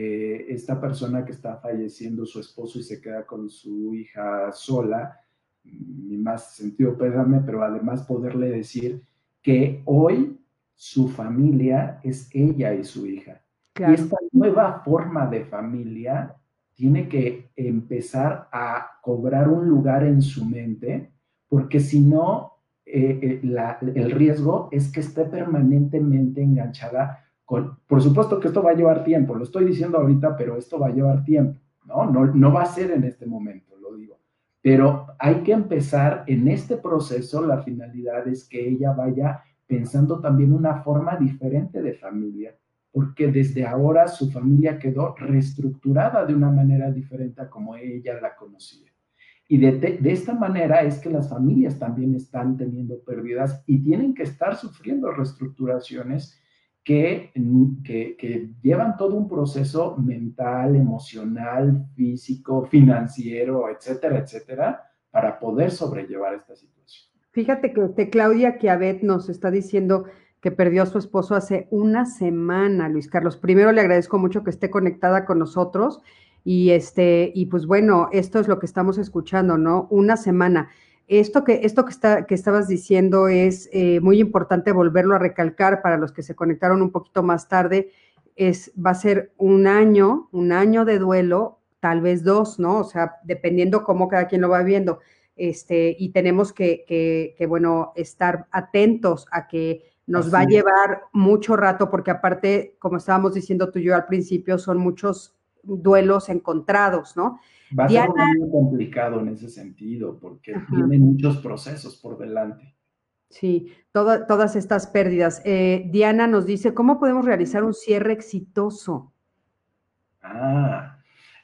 de esta persona que está falleciendo su esposo y se queda con su hija sola, mi más sentido pésame, pero además poderle decir que hoy su familia es ella y su hija. Y Claro. esta nueva forma de familia tiene que empezar a cobrar un lugar en su mente, porque si no, eh, eh, la, el riesgo es que esté permanentemente enganchada con, por supuesto que esto va a llevar tiempo, lo estoy diciendo ahorita, pero esto va a llevar tiempo, ¿no? No, no va a ser en este momento, lo digo. Pero hay que empezar en este proceso, la finalidad es que ella vaya pensando también una forma diferente de familia, porque desde ahora su familia quedó reestructurada de una manera diferente a como ella la conocía. Y de, de, esta manera es que las familias también están teniendo pérdidas y tienen que estar sufriendo reestructuraciones que, que, que llevan todo un proceso mental, emocional, físico, financiero, etcétera, etcétera, para poder sobrellevar esta situación. Fíjate que este, Claudia Chiavet nos está diciendo que perdió a su esposo hace una semana, Luis Carlos. Primero le agradezco mucho que esté conectada con nosotros y este, y pues bueno, esto es lo que estamos escuchando, ¿no? Una semana. Esto que, esto que, está, que estabas diciendo es eh, muy importante volverlo a recalcar para los que se conectaron un poquito más tarde. Es, va a ser un año, un año de duelo, tal vez dos, ¿no? O sea, dependiendo cómo cada quien lo va viendo este, y tenemos que, que, que, bueno, estar atentos a que nos Así va a es. llevar mucho rato, porque aparte, como estábamos diciendo tú y yo al principio, son muchos duelos encontrados, ¿no? Va a ser Diana, un año complicado en ese sentido, porque ajá, vienen muchos procesos por delante. sí, todo, todas estas pérdidas. Eh, Diana nos dice, ¿cómo podemos realizar un cierre exitoso? Ah,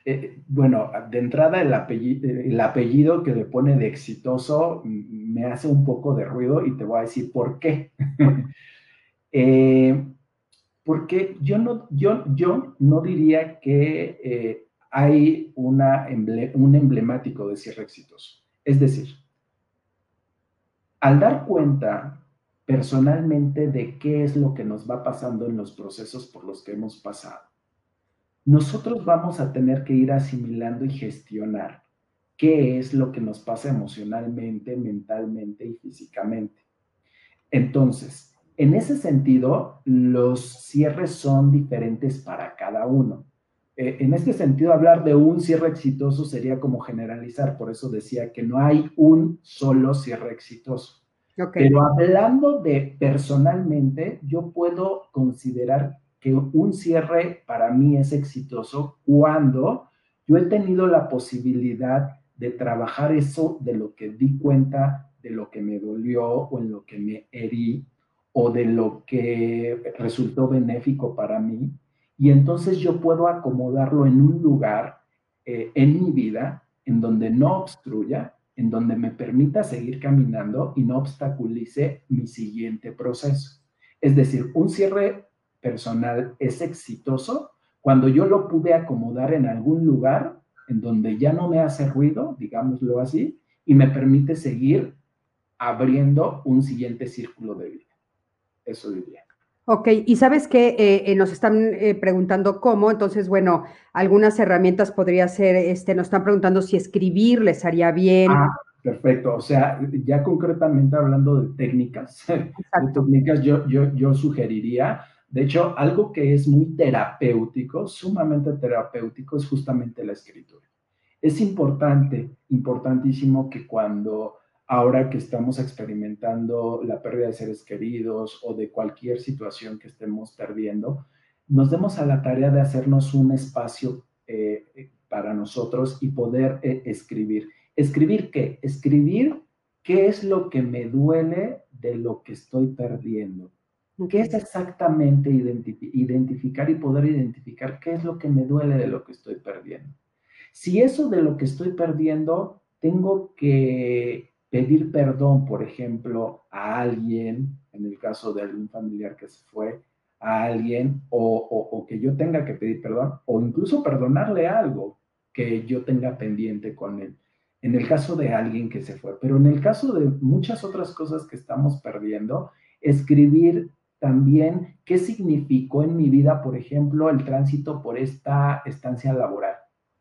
eh, bueno, de entrada el apellido, el apellido que le pone de exitoso me hace un poco de ruido y te voy a decir por qué. eh, porque yo no, yo, yo no diría que eh, hay una emble un emblemático de cierre exitoso. Es decir, al dar cuenta personalmente de qué es lo que nos va pasando en los procesos por los que hemos pasado, nosotros vamos a tener que ir asimilando y gestionar qué es lo que nos pasa emocionalmente, mentalmente y físicamente. Entonces, en ese sentido, los cierres son diferentes para cada uno. Eh, en este sentido, hablar de un cierre exitoso sería como generalizar, por eso decía que no hay un solo cierre exitoso. Ok. Pero hablando de personalmente, yo puedo considerar que un cierre para mí es exitoso cuando yo he tenido la posibilidad de trabajar eso de lo que di cuenta, de lo que me dolió o en lo que me herí o de lo que resultó benéfico para mí. Y entonces yo puedo acomodarlo en un lugar eh, en mi vida en donde no obstruya, en donde me permita seguir caminando y no obstaculice mi siguiente proceso. Es decir, un cierre personal es exitoso cuando yo lo pude acomodar en algún lugar en donde ya no me hace ruido, digámoslo así, y me permite seguir abriendo un siguiente círculo de vida. Eso diría. Ok, y sabes que eh, eh, nos están eh, preguntando cómo, entonces, bueno, algunas herramientas podría ser, este, nos están preguntando si escribir les haría Ah, bien. perfecto. O sea, ya concretamente hablando de técnicas, de Exacto. técnicas, yo, yo, yo sugeriría, de hecho, algo que es muy terapéutico, sumamente terapéutico, es justamente la escritura. Es importante, importantísimo que cuando, ahora que estamos experimentando la pérdida de seres queridos o de cualquier situación que estemos perdiendo, nos demos a la tarea de hacernos un espacio eh, para nosotros y poder eh, escribir. ¿Escribir qué? Escribir qué es lo que me duele de lo que estoy perdiendo. ¿Qué es Ok. exactamente identif- identificar y poder identificar qué es lo que me duele de lo que estoy perdiendo? Si eso de lo que estoy perdiendo, tengo que pedir perdón, por ejemplo, a alguien, en el caso de algún familiar que se fue, a alguien, o, o, o que yo tenga que pedir perdón, o incluso perdonarle algo que yo tenga pendiente con él. En el caso de alguien que se fue, pero en el caso de muchas otras cosas que estamos perdiendo, escribir también qué significó en mi vida, por ejemplo, el tránsito por esta estancia laboral,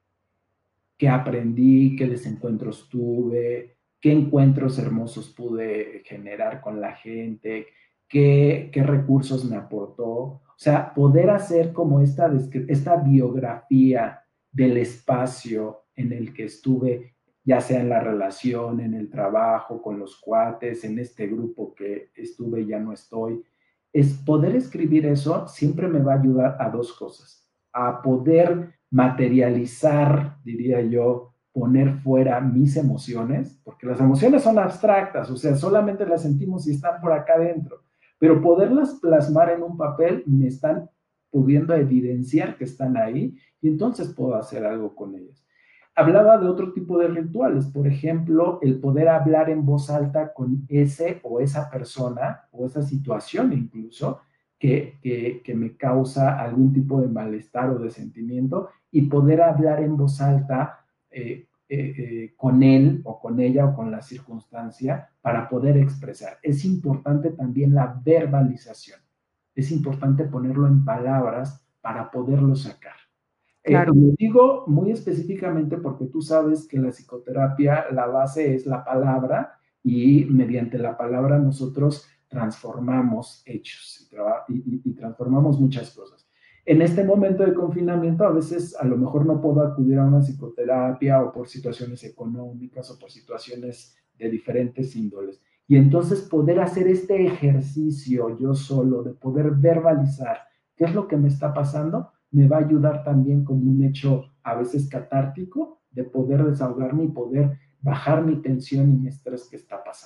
qué aprendí, qué desencuentros tuve, qué encuentros hermosos pude generar con la gente, qué, qué recursos me aportó. O sea, poder hacer como esta, esta biografía del espacio en el que estuve, ya sea en la relación, en el trabajo, con los cuates, en este grupo que estuve y ya no estoy. Es poder escribir eso siempre me va a ayudar a dos cosas, a poder materializar, diría yo, poner fuera mis emociones, porque las emociones son abstractas, o sea, solamente las sentimos y están por acá adentro, pero poderlas plasmar en un papel me están pudiendo evidenciar que están ahí y entonces puedo hacer algo con ellas. Hablaba de otro tipo de rituales, por ejemplo, el poder hablar en voz alta con ese o esa persona o esa situación incluso que, que, que me causa algún tipo de malestar o de sentimiento y poder hablar en voz alta eh, eh, eh, con él o con ella o con la circunstancia para poder expresar. Es importante también la verbalización. Es importante ponerlo en palabras para poderlo sacar. Eh, Claro. lo digo muy específicamente porque tú sabes que la psicoterapia, la base es la palabra y mediante la palabra nosotros transformamos hechos y, y, y transformamos muchas cosas. En este momento de confinamiento a veces a lo mejor no puedo acudir a una psicoterapia o por situaciones económicas o por situaciones de diferentes índoles. Y entonces poder hacer este ejercicio yo solo de poder verbalizar qué es lo que me está pasando me va a ayudar también como un hecho a veces catártico de poder desahogarme y poder bajar mi tensión y mi estrés que está pasando.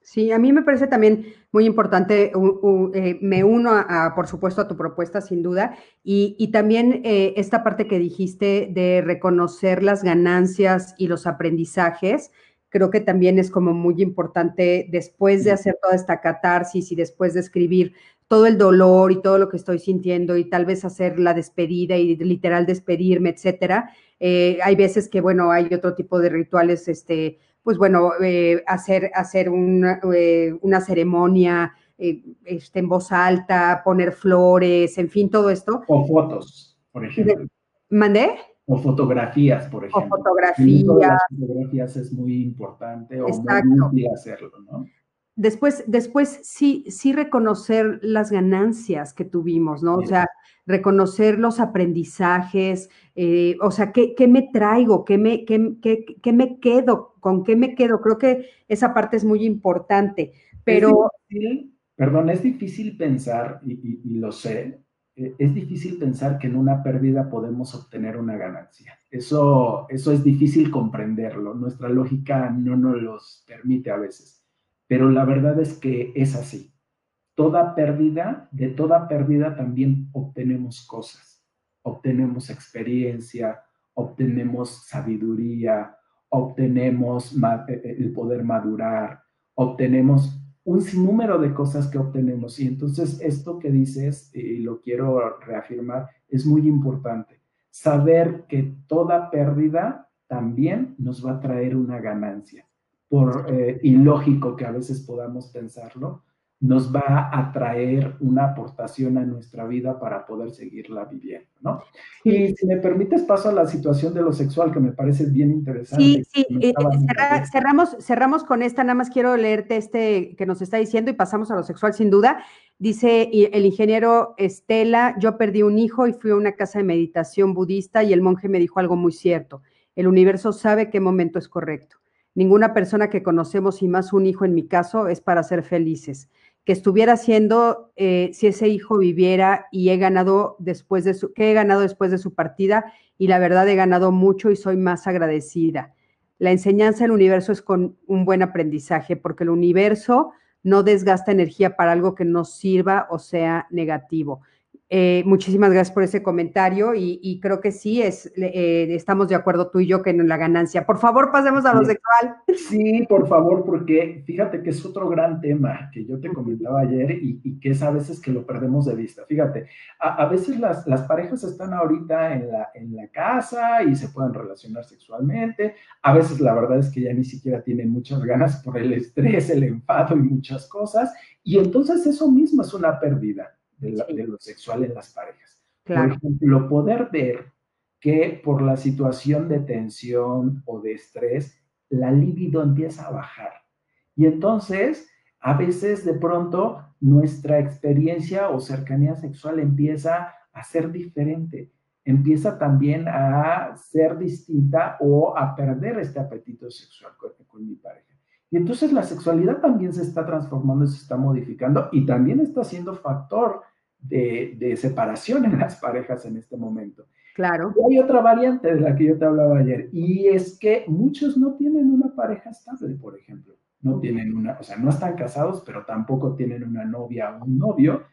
Sí, a mí me parece también muy importante, u- u- eh, me uno a, a, por supuesto, a tu propuesta, sin duda, y, y también eh, esta parte que dijiste de reconocer las ganancias y los aprendizajes, creo que también es como muy importante después de hacer toda esta catarsis y después de escribir todo el dolor y todo lo que estoy sintiendo y tal vez hacer la despedida y literal despedirme, etcétera. Eh, hay veces que, bueno, hay otro tipo de rituales, este pues bueno, eh, hacer, hacer una, eh, una ceremonia eh, este, en voz alta, poner flores, en fin, todo esto. O fotos, por De, ejemplo. ¿Mandé? O fotografías, por O ejemplo. El uso de fotografía, las fotografías es muy importante o muy exacto. útil hacerlo, ¿no? Después, después sí, sí reconocer las ganancias que tuvimos, ¿no? O Así sea, es. reconocer los aprendizajes, eh, o sea, ¿qué, qué me traigo? ¿Qué me, qué, qué, qué me quedo? ¿Con qué me quedo? Creo que esa parte es muy importante, Es pero difícil, perdón, es difícil pensar, y, y, y lo sé, eh, es difícil pensar que en una pérdida podemos obtener una ganancia. Eso, eso es difícil comprenderlo. Nuestra lógica no nos los permite a veces. Pero la verdad es que es así. Toda pérdida, de toda pérdida también obtenemos cosas. Obtenemos experiencia, obtenemos sabiduría, obtenemos el poder madurar, obtenemos un sinnúmero de cosas que obtenemos. Y entonces esto que dices, y lo quiero reafirmar, es muy importante. Saber que toda pérdida también nos va a traer una ganancia. Por eh, ilógico que a veces podamos pensarlo, nos va a traer una aportación a nuestra vida para poder seguirla viviendo, ¿no? sí, Y si me permites, paso a la situación de lo sexual, que me parece bien interesante. sí, sí, eh, eh, cerra- Ayer. cerramos, cerramos con esta, nada más quiero leerte este que nos está diciendo y pasamos a lo sexual sin duda. Dice y- el ingeniero Estela, yo perdí un hijo y fui a una casa de meditación budista y el monje me dijo algo muy cierto, el universo sabe qué momento es correcto. Ninguna persona que conocemos y más un hijo en mi caso es para ser felices. Que estuviera haciendo eh, si ese hijo viviera y he ganado después de su, que he ganado después de su partida y la verdad he ganado mucho y soy más agradecida. La enseñanza del universo es con un buen aprendizaje, porque el universo no desgasta energía para algo que no sirva o sea negativo. Eh, muchísimas gracias por ese comentario y, y creo que sí, es, eh, estamos de acuerdo tú y yo que en la ganancia. Por favor, pasemos a lo sexual. Sí, por favor, porque fíjate que es otro gran tema que yo te comentaba ayer y, y que es a veces que lo perdemos de vista. Fíjate, a, a veces las, las, parejas están ahorita en la, en la casa y se pueden relacionar sexualmente. A veces la verdad es que ya ni siquiera tienen muchas ganas por el estrés, el enfado y muchas cosas. Y entonces eso mismo es una pérdida de, la, Sí, de lo sexual en las parejas. Por claro. ejemplo, poder ver que por la situación de tensión o de estrés, la libido empieza a bajar. Y entonces, a veces de pronto, nuestra experiencia o cercanía sexual empieza a ser diferente, empieza también a ser distinta o a perder este apetito sexual con, con mi pareja. Y entonces la sexualidad también se está transformando, se está modificando y también está siendo factor de, de separación en las parejas en este momento. Claro. Y hay otra variante de la que yo te hablaba ayer, y es que muchos no tienen una pareja estable, por ejemplo. No tienen una, o sea, no están casados, pero tampoco tienen una novia o un novio,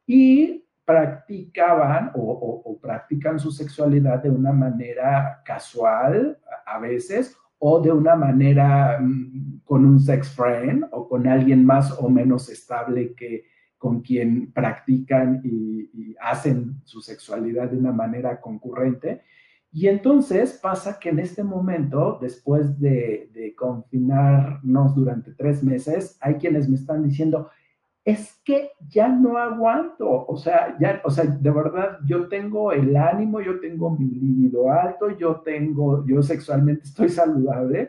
y practicaban o, o, o practican su sexualidad de una manera casual a veces, o de una manera mmm, con un sex friend o con alguien más o menos estable que, con quien practican y, y, hacen su sexualidad de una manera concurrente. Y entonces pasa que en este momento, después de, de confinarnos durante tres meses, hay quienes me están diciendo, es que ya no aguanto, o sea, ya, o sea, de verdad, yo tengo el ánimo, yo tengo mi libido alto, yo tengo, yo sexualmente estoy saludable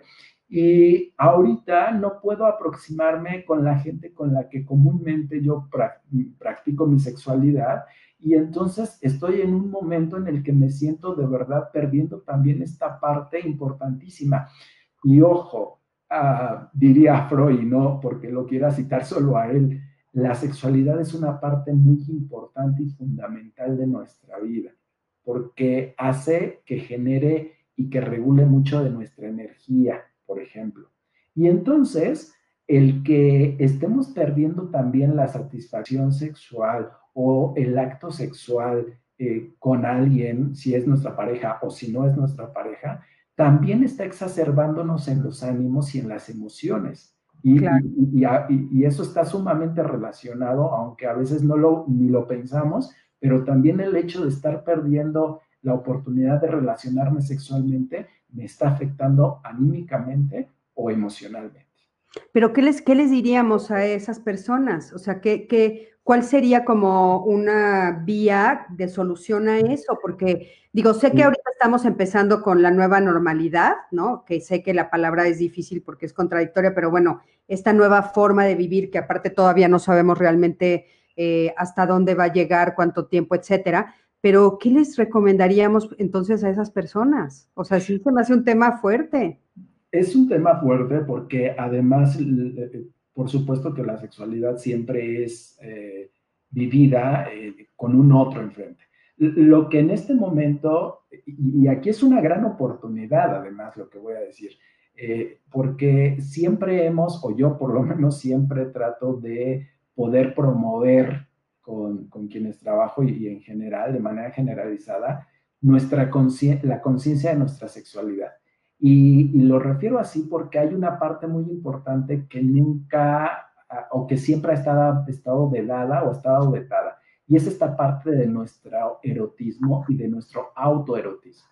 y ahorita no puedo aproximarme con la gente con la que comúnmente yo practico mi sexualidad y entonces estoy en un momento en el que me siento de verdad perdiendo también esta parte importantísima. Y ojo, uh, diría Freud, no porque lo quiera citar solo a él, la sexualidad es una parte muy importante y fundamental de nuestra vida, porque hace que genere y que regule mucho de nuestra energía, por ejemplo. Y entonces, el que estemos perdiendo también la satisfacción sexual o el acto sexual eh, con alguien, si es nuestra pareja o si no es nuestra pareja, también está exacerbándonos en los ánimos y en las emociones. Y, Claro. y, y, y, eso está sumamente relacionado, aunque a veces no lo, ni lo pensamos, pero también el hecho de estar perdiendo la oportunidad de relacionarme sexualmente me está afectando anímicamente o emocionalmente. Pero ¿qué les, qué les diríamos a esas personas? O sea, ¿qué, qué, ¿cuál sería como una vía de solución a eso? Porque digo, sé que ahorita estamos empezando con la nueva normalidad, ¿no? Que sé que la palabra es difícil porque es contradictoria, pero bueno, esta nueva forma de vivir que aparte todavía no sabemos realmente eh, hasta dónde va a llegar, cuánto tiempo, etcétera. Pero ¿qué les recomendaríamos entonces a esas personas? O sea, sí se me hace un tema fuerte. Es un tema fuerte porque además, por supuesto que la sexualidad siempre es eh, vivida eh, con un otro enfrente. Lo que en este momento, y aquí es una gran oportunidad además lo que voy a decir, eh, porque siempre hemos, o yo por lo menos siempre trato de poder promover con, con quienes trabajo y, y en general, de manera generalizada, nuestra consci- la conciencia de nuestra sexualidad. Y, y, lo refiero así porque hay una parte muy importante que nunca o que siempre ha estado, estado vedada o ha estado vetada. Y es esta parte de nuestro erotismo y de nuestro autoerotismo.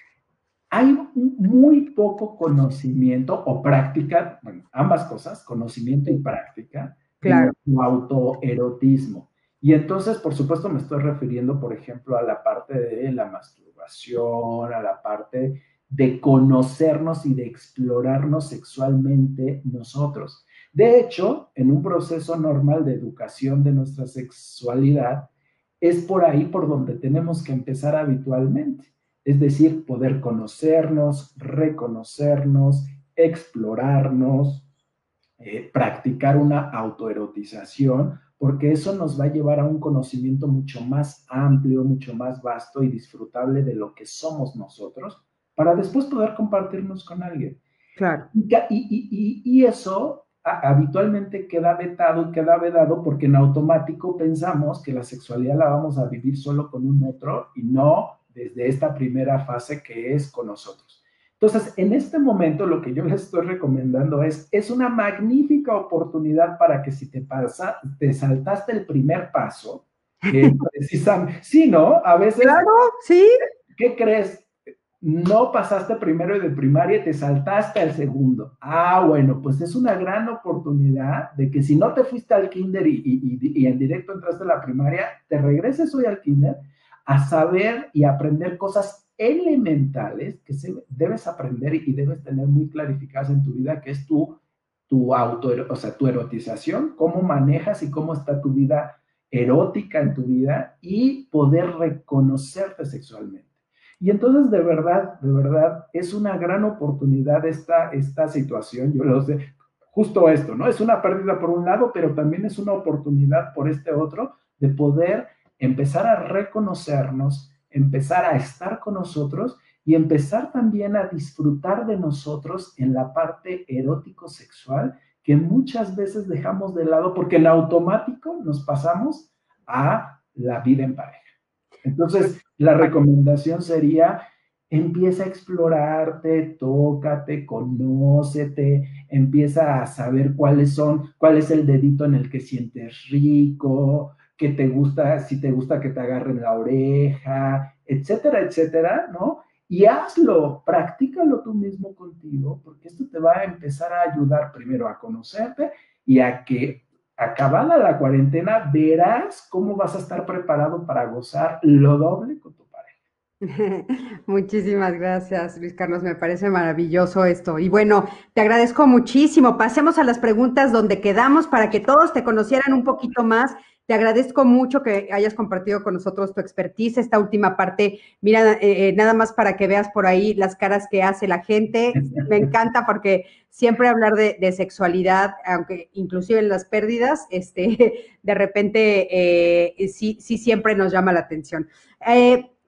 Hay muy poco conocimiento o práctica, bueno, ambas cosas, conocimiento y práctica, de Claro. nuestro autoerotismo. Y entonces, por supuesto, me estoy refiriendo, por ejemplo, a la parte de la masturbación, a la parte de conocernos y de explorarnos sexualmente nosotros. De hecho, en un proceso normal de educación de nuestra sexualidad, es por ahí por donde tenemos que empezar habitualmente. Es decir, poder conocernos, reconocernos, explorarnos, eh, practicar una autoerotización, porque eso nos va a llevar a un conocimiento mucho más amplio, mucho más vasto y disfrutable de lo que somos nosotros, para después poder compartirnos con alguien. Claro. Y, y, y, y eso a, habitualmente queda vetado y queda vedado porque en automático pensamos que la sexualidad la vamos a vivir solo con un otro y no desde esta primera fase que es con nosotros. Entonces, en este momento lo que yo les estoy recomendando es, es una magnífica oportunidad para que si te pasa, te saltaste el primer paso, que precisamente, sí, ¿no? A veces, claro, sí. ¿qué crees? No pasaste primero de primaria y te saltaste al segundo. Ah, bueno, pues es una gran oportunidad de que si no te fuiste al kinder y, y, y, y en directo entraste a la primaria, te regreses hoy al kinder a saber y aprender cosas elementales que se, debes aprender y debes tener muy clarificadas en tu vida, que es tu, tu auto, o sea, tu erotización, cómo manejas y cómo está tu vida erótica en tu vida y poder reconocerte sexualmente. Y entonces, de verdad, de verdad, es una gran oportunidad esta, esta situación, yo lo sé, justo esto, ¿no? Es una pérdida por un lado, pero también es una oportunidad por este otro de poder empezar a reconocernos, empezar a estar con nosotros y empezar también a disfrutar de nosotros en la parte erótico-sexual que muchas veces dejamos de lado porque en automático nos pasamos a la vida en pareja. Entonces, la recomendación sería, empieza a explorarte, tócate, conócete, empieza a saber cuáles son, cuál es el dedito en el que sientes rico, que te gusta, si te gusta que te agarren la oreja, etcétera, etcétera, ¿no? Y hazlo, practícalo tú mismo contigo, porque esto te va a empezar a ayudar primero a conocerte y a que acabada la cuarentena, verás cómo vas a estar preparado para gozar lo doble con tu pareja. Muchísimas gracias, Luis Carlos. Me parece maravilloso esto. Y bueno, te agradezco muchísimo. Pasemos a las preguntas donde quedamos para que todos te conocieran un poquito más. Te agradezco mucho que hayas compartido con nosotros tu expertise. Esta última parte, mira, eh, eh, nada más para que veas por ahí las caras que hace la gente. Me encanta porque siempre hablar de, de sexualidad, aunque inclusive en las pérdidas, este, de repente eh, sí, sí siempre nos llama la atención. Eh,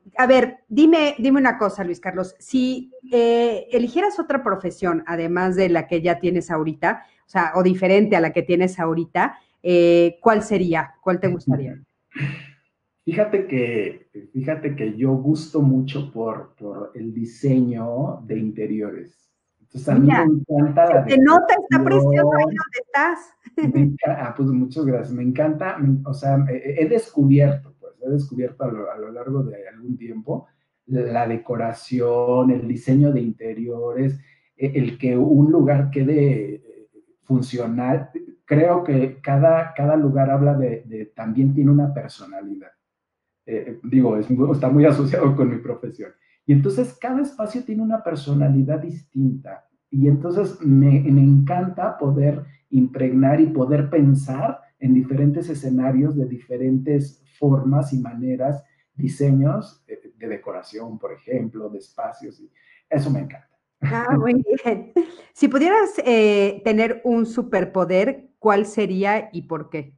a ver, dime, dime una cosa, Luis Carlos, si eh, eligieras otra profesión, además de la que ya tienes ahorita, o sea, o diferente a la que tienes ahorita, eh, ¿cuál sería? ¿Cuál te gustaría? Fíjate que, fíjate que yo gusto mucho por, por el diseño de interiores. Entonces, a mí me Mira, encanta se la te nota, está precioso ahí decoración. donde estás. Me encanta, ah, pues muchas gracias. Me encanta, me- o sea, he, he descubierto, pues, he descubierto a lo, a lo largo de algún tiempo la decoración, el diseño de interiores, e- el que un lugar quede eh, funcional. Creo que cada, cada lugar habla de, de- también tiene una personalidad. Eh, digo, es, está muy asociado con mi profesión. Y entonces cada espacio tiene una personalidad distinta. Y entonces me, me encanta poder impregnar y poder pensar en diferentes escenarios de diferentes formas y maneras, diseños de, de decoración, por ejemplo, de espacios. Y eso me encanta. Ah, muy bien. Si pudieras eh, tener un superpoder, ¿cuál sería y por qué?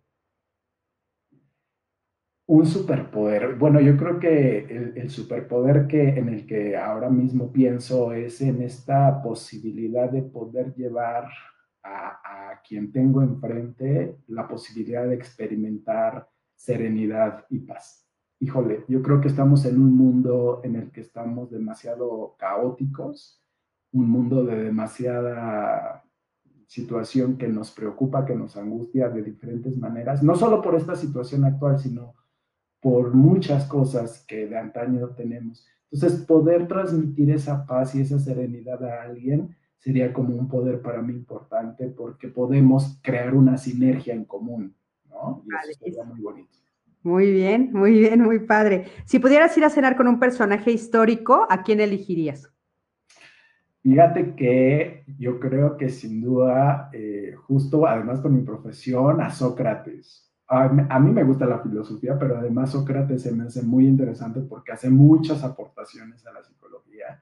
Un superpoder. Bueno, yo creo que el, el superpoder que, en el que ahora mismo pienso es en esta posibilidad de poder llevar a, a quien tengo enfrente la posibilidad de experimentar serenidad y paz. Híjole, yo creo que estamos en un mundo en el que estamos demasiado caóticos, un mundo de demasiada situación que nos preocupa, que nos angustia de diferentes maneras, no solo por esta situación actual, sino por muchas cosas que de antaño tenemos. Entonces, poder transmitir esa paz y esa serenidad a alguien sería como un poder para mí importante porque podemos crear una sinergia en común, ¿no? Y eso sería Padrísimo. muy bonito. Muy bien, muy bien, muy padre. Si pudieras ir a cenar con un personaje histórico, ¿a quién elegirías? Fíjate que yo creo que sin duda, eh, justo además por mi profesión, a Sócrates. A, a mí me gusta la filosofía, pero además Sócrates se me hace muy interesante porque hace muchas aportaciones a la psicología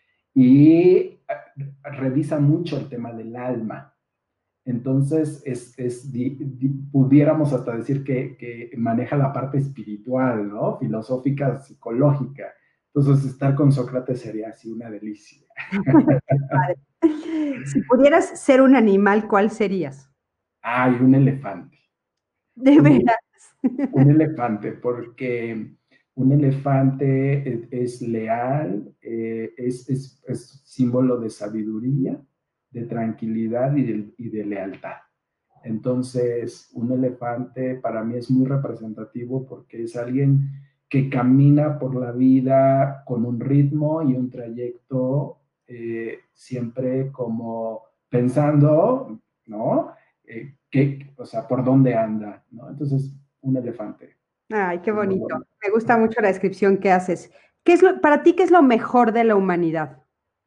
y revisa mucho el tema del alma. Entonces, es, es di, di, pudiéramos hasta decir que, que, maneja la parte espiritual, ¿no? Filosófica, psicológica. Entonces, estar con Sócrates sería así una delicia. Qué padre. Si pudieras ser un animal, ¿cuál serías? Ay, un elefante. De Un, veras. un elefante, porque un elefante es, es leal, eh, es, es, es, símbolo de sabiduría, de tranquilidad y de, y de lealtad. Entonces, un elefante para mí es muy representativo porque es alguien que camina por la vida con un ritmo y un trayecto eh, siempre como pensando, ¿no? Eh, que, o sea, por dónde anda, ¿no? Entonces, un elefante. Ay, qué Es muy bonito. bonito. Me gusta mucho la descripción que haces. ¿Qué es lo, para ti, qué es lo mejor de la humanidad?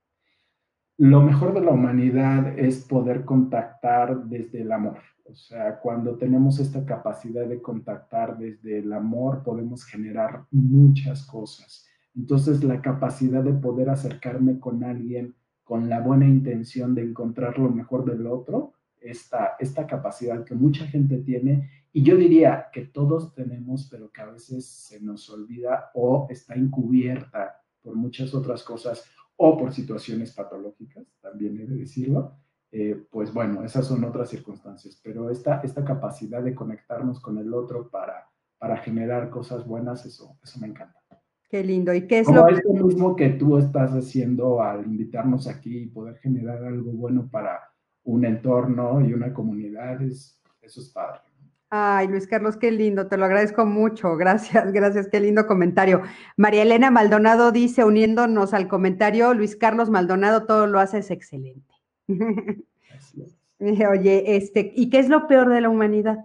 Lo mejor de la humanidad es poder contactar desde el amor. O sea, cuando tenemos esta capacidad de contactar desde el amor, podemos generar muchas cosas. Entonces, la capacidad de poder acercarme con alguien con la buena intención de encontrar lo mejor del otro, esta, esta capacidad que mucha gente tiene, y yo diría que todos tenemos, pero que a veces se nos olvida o está encubierta por muchas otras cosas o por situaciones patológicas, también he de decirlo, eh, pues bueno, esas son otras circunstancias, pero esta, esta capacidad de conectarnos con el otro para, para generar cosas buenas, eso, eso me encanta. Qué lindo. ¿Y qué es lo Como esto mismo que tú estás haciendo al invitarnos aquí y poder generar algo bueno para un entorno y una comunidad, es, eso es padre. Ay, Luis Carlos, qué lindo, te lo agradezco mucho. Gracias, gracias, qué lindo comentario. María Elena Maldonado dice, uniéndonos al comentario, Luis Carlos Maldonado, todo lo haces excelente. Así es. Oye, este, ¿y qué es lo peor de la humanidad?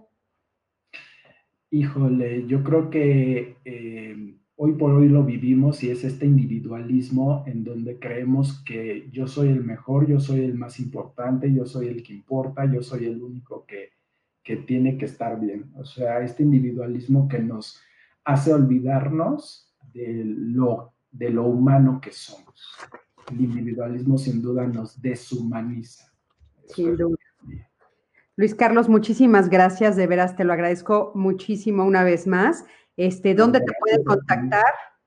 Híjole, yo creo que eh, hoy por hoy lo vivimos y es este individualismo en donde creemos que yo soy el mejor, yo soy el más importante, yo soy el que importa, yo soy el único que, que tiene que estar bien. O sea, este individualismo que nos hace olvidarnos de lo, de lo humano que somos. El individualismo sin duda nos deshumaniza. Eso Sin es lo duda. que... Luis Carlos, muchísimas gracias, de veras te lo agradezco muchísimo una vez más. Este, No, ¿dónde te pueden gracias a ti. contactar?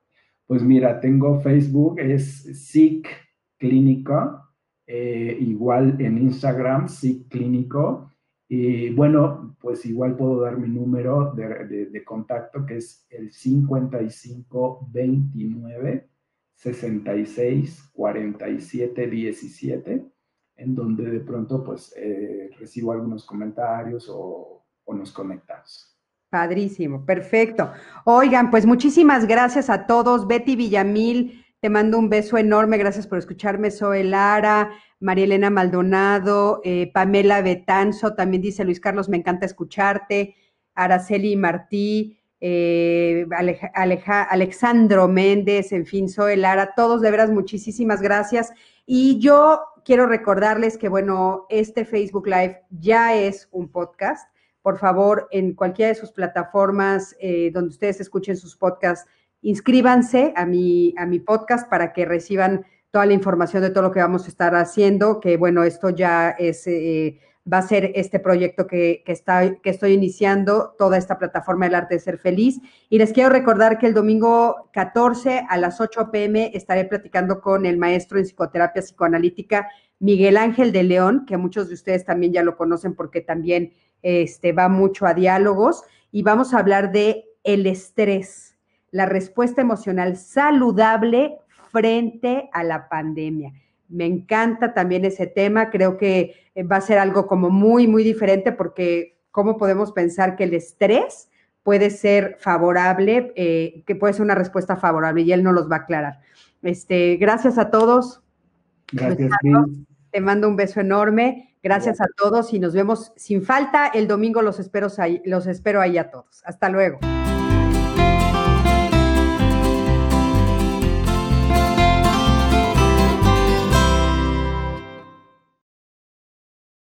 Pues mira, tengo Facebook, es SIC Clínico, eh, igual en Instagram, SIC Clínico. Y bueno, pues igual puedo dar mi número de, de, de contacto, que es el cincuenta y cinco veintinueve sesenta y seis cuarenta y siete diecisiete, en donde de pronto pues eh, recibo algunos comentarios o, o nos conectamos. Padrísimo, perfecto. Oigan, pues muchísimas gracias a todos. Betty Villamil, te mando un beso enorme. Gracias por escucharme. Zoe Lara, María Elena Maldonado, eh, Pamela Betanzo, también dice Luis Carlos, me encanta escucharte. Araceli Martí, eh, Aleja, Aleja, Alexandro Méndez, en fin, Zoe Lara, todos de veras muchísimas gracias. Y yo quiero recordarles que, bueno, este Facebook Live ya es un podcast. Por favor, en cualquiera de sus plataformas eh, donde ustedes escuchen sus podcasts, inscríbanse a mi, a mi podcast para que reciban toda la información de todo lo que vamos a estar haciendo, que bueno, esto ya es, eh, va a ser este proyecto que, que, está, que estoy iniciando, toda esta plataforma del arte de ser feliz. Y les quiero recordar que el domingo catorce a las ocho pe eme estaré platicando con el maestro en psicoterapia psicoanalítica Miguel Ángel de León, que muchos de ustedes también ya lo conocen porque también este, va mucho a diálogos, y vamos a hablar de el estrés, la respuesta emocional saludable frente a la pandemia. Me encanta también ese tema, creo que va a ser algo como muy, muy diferente porque cómo podemos pensar que el estrés puede ser favorable, eh, que puede ser una respuesta favorable, y él nos los va a aclarar. Este, gracias a todos. Gracias, Cris. Te mando un beso enorme. Gracias a todos y nos vemos sin falta el domingo. Los espero ahí, los espero ahí a todos. Hasta luego.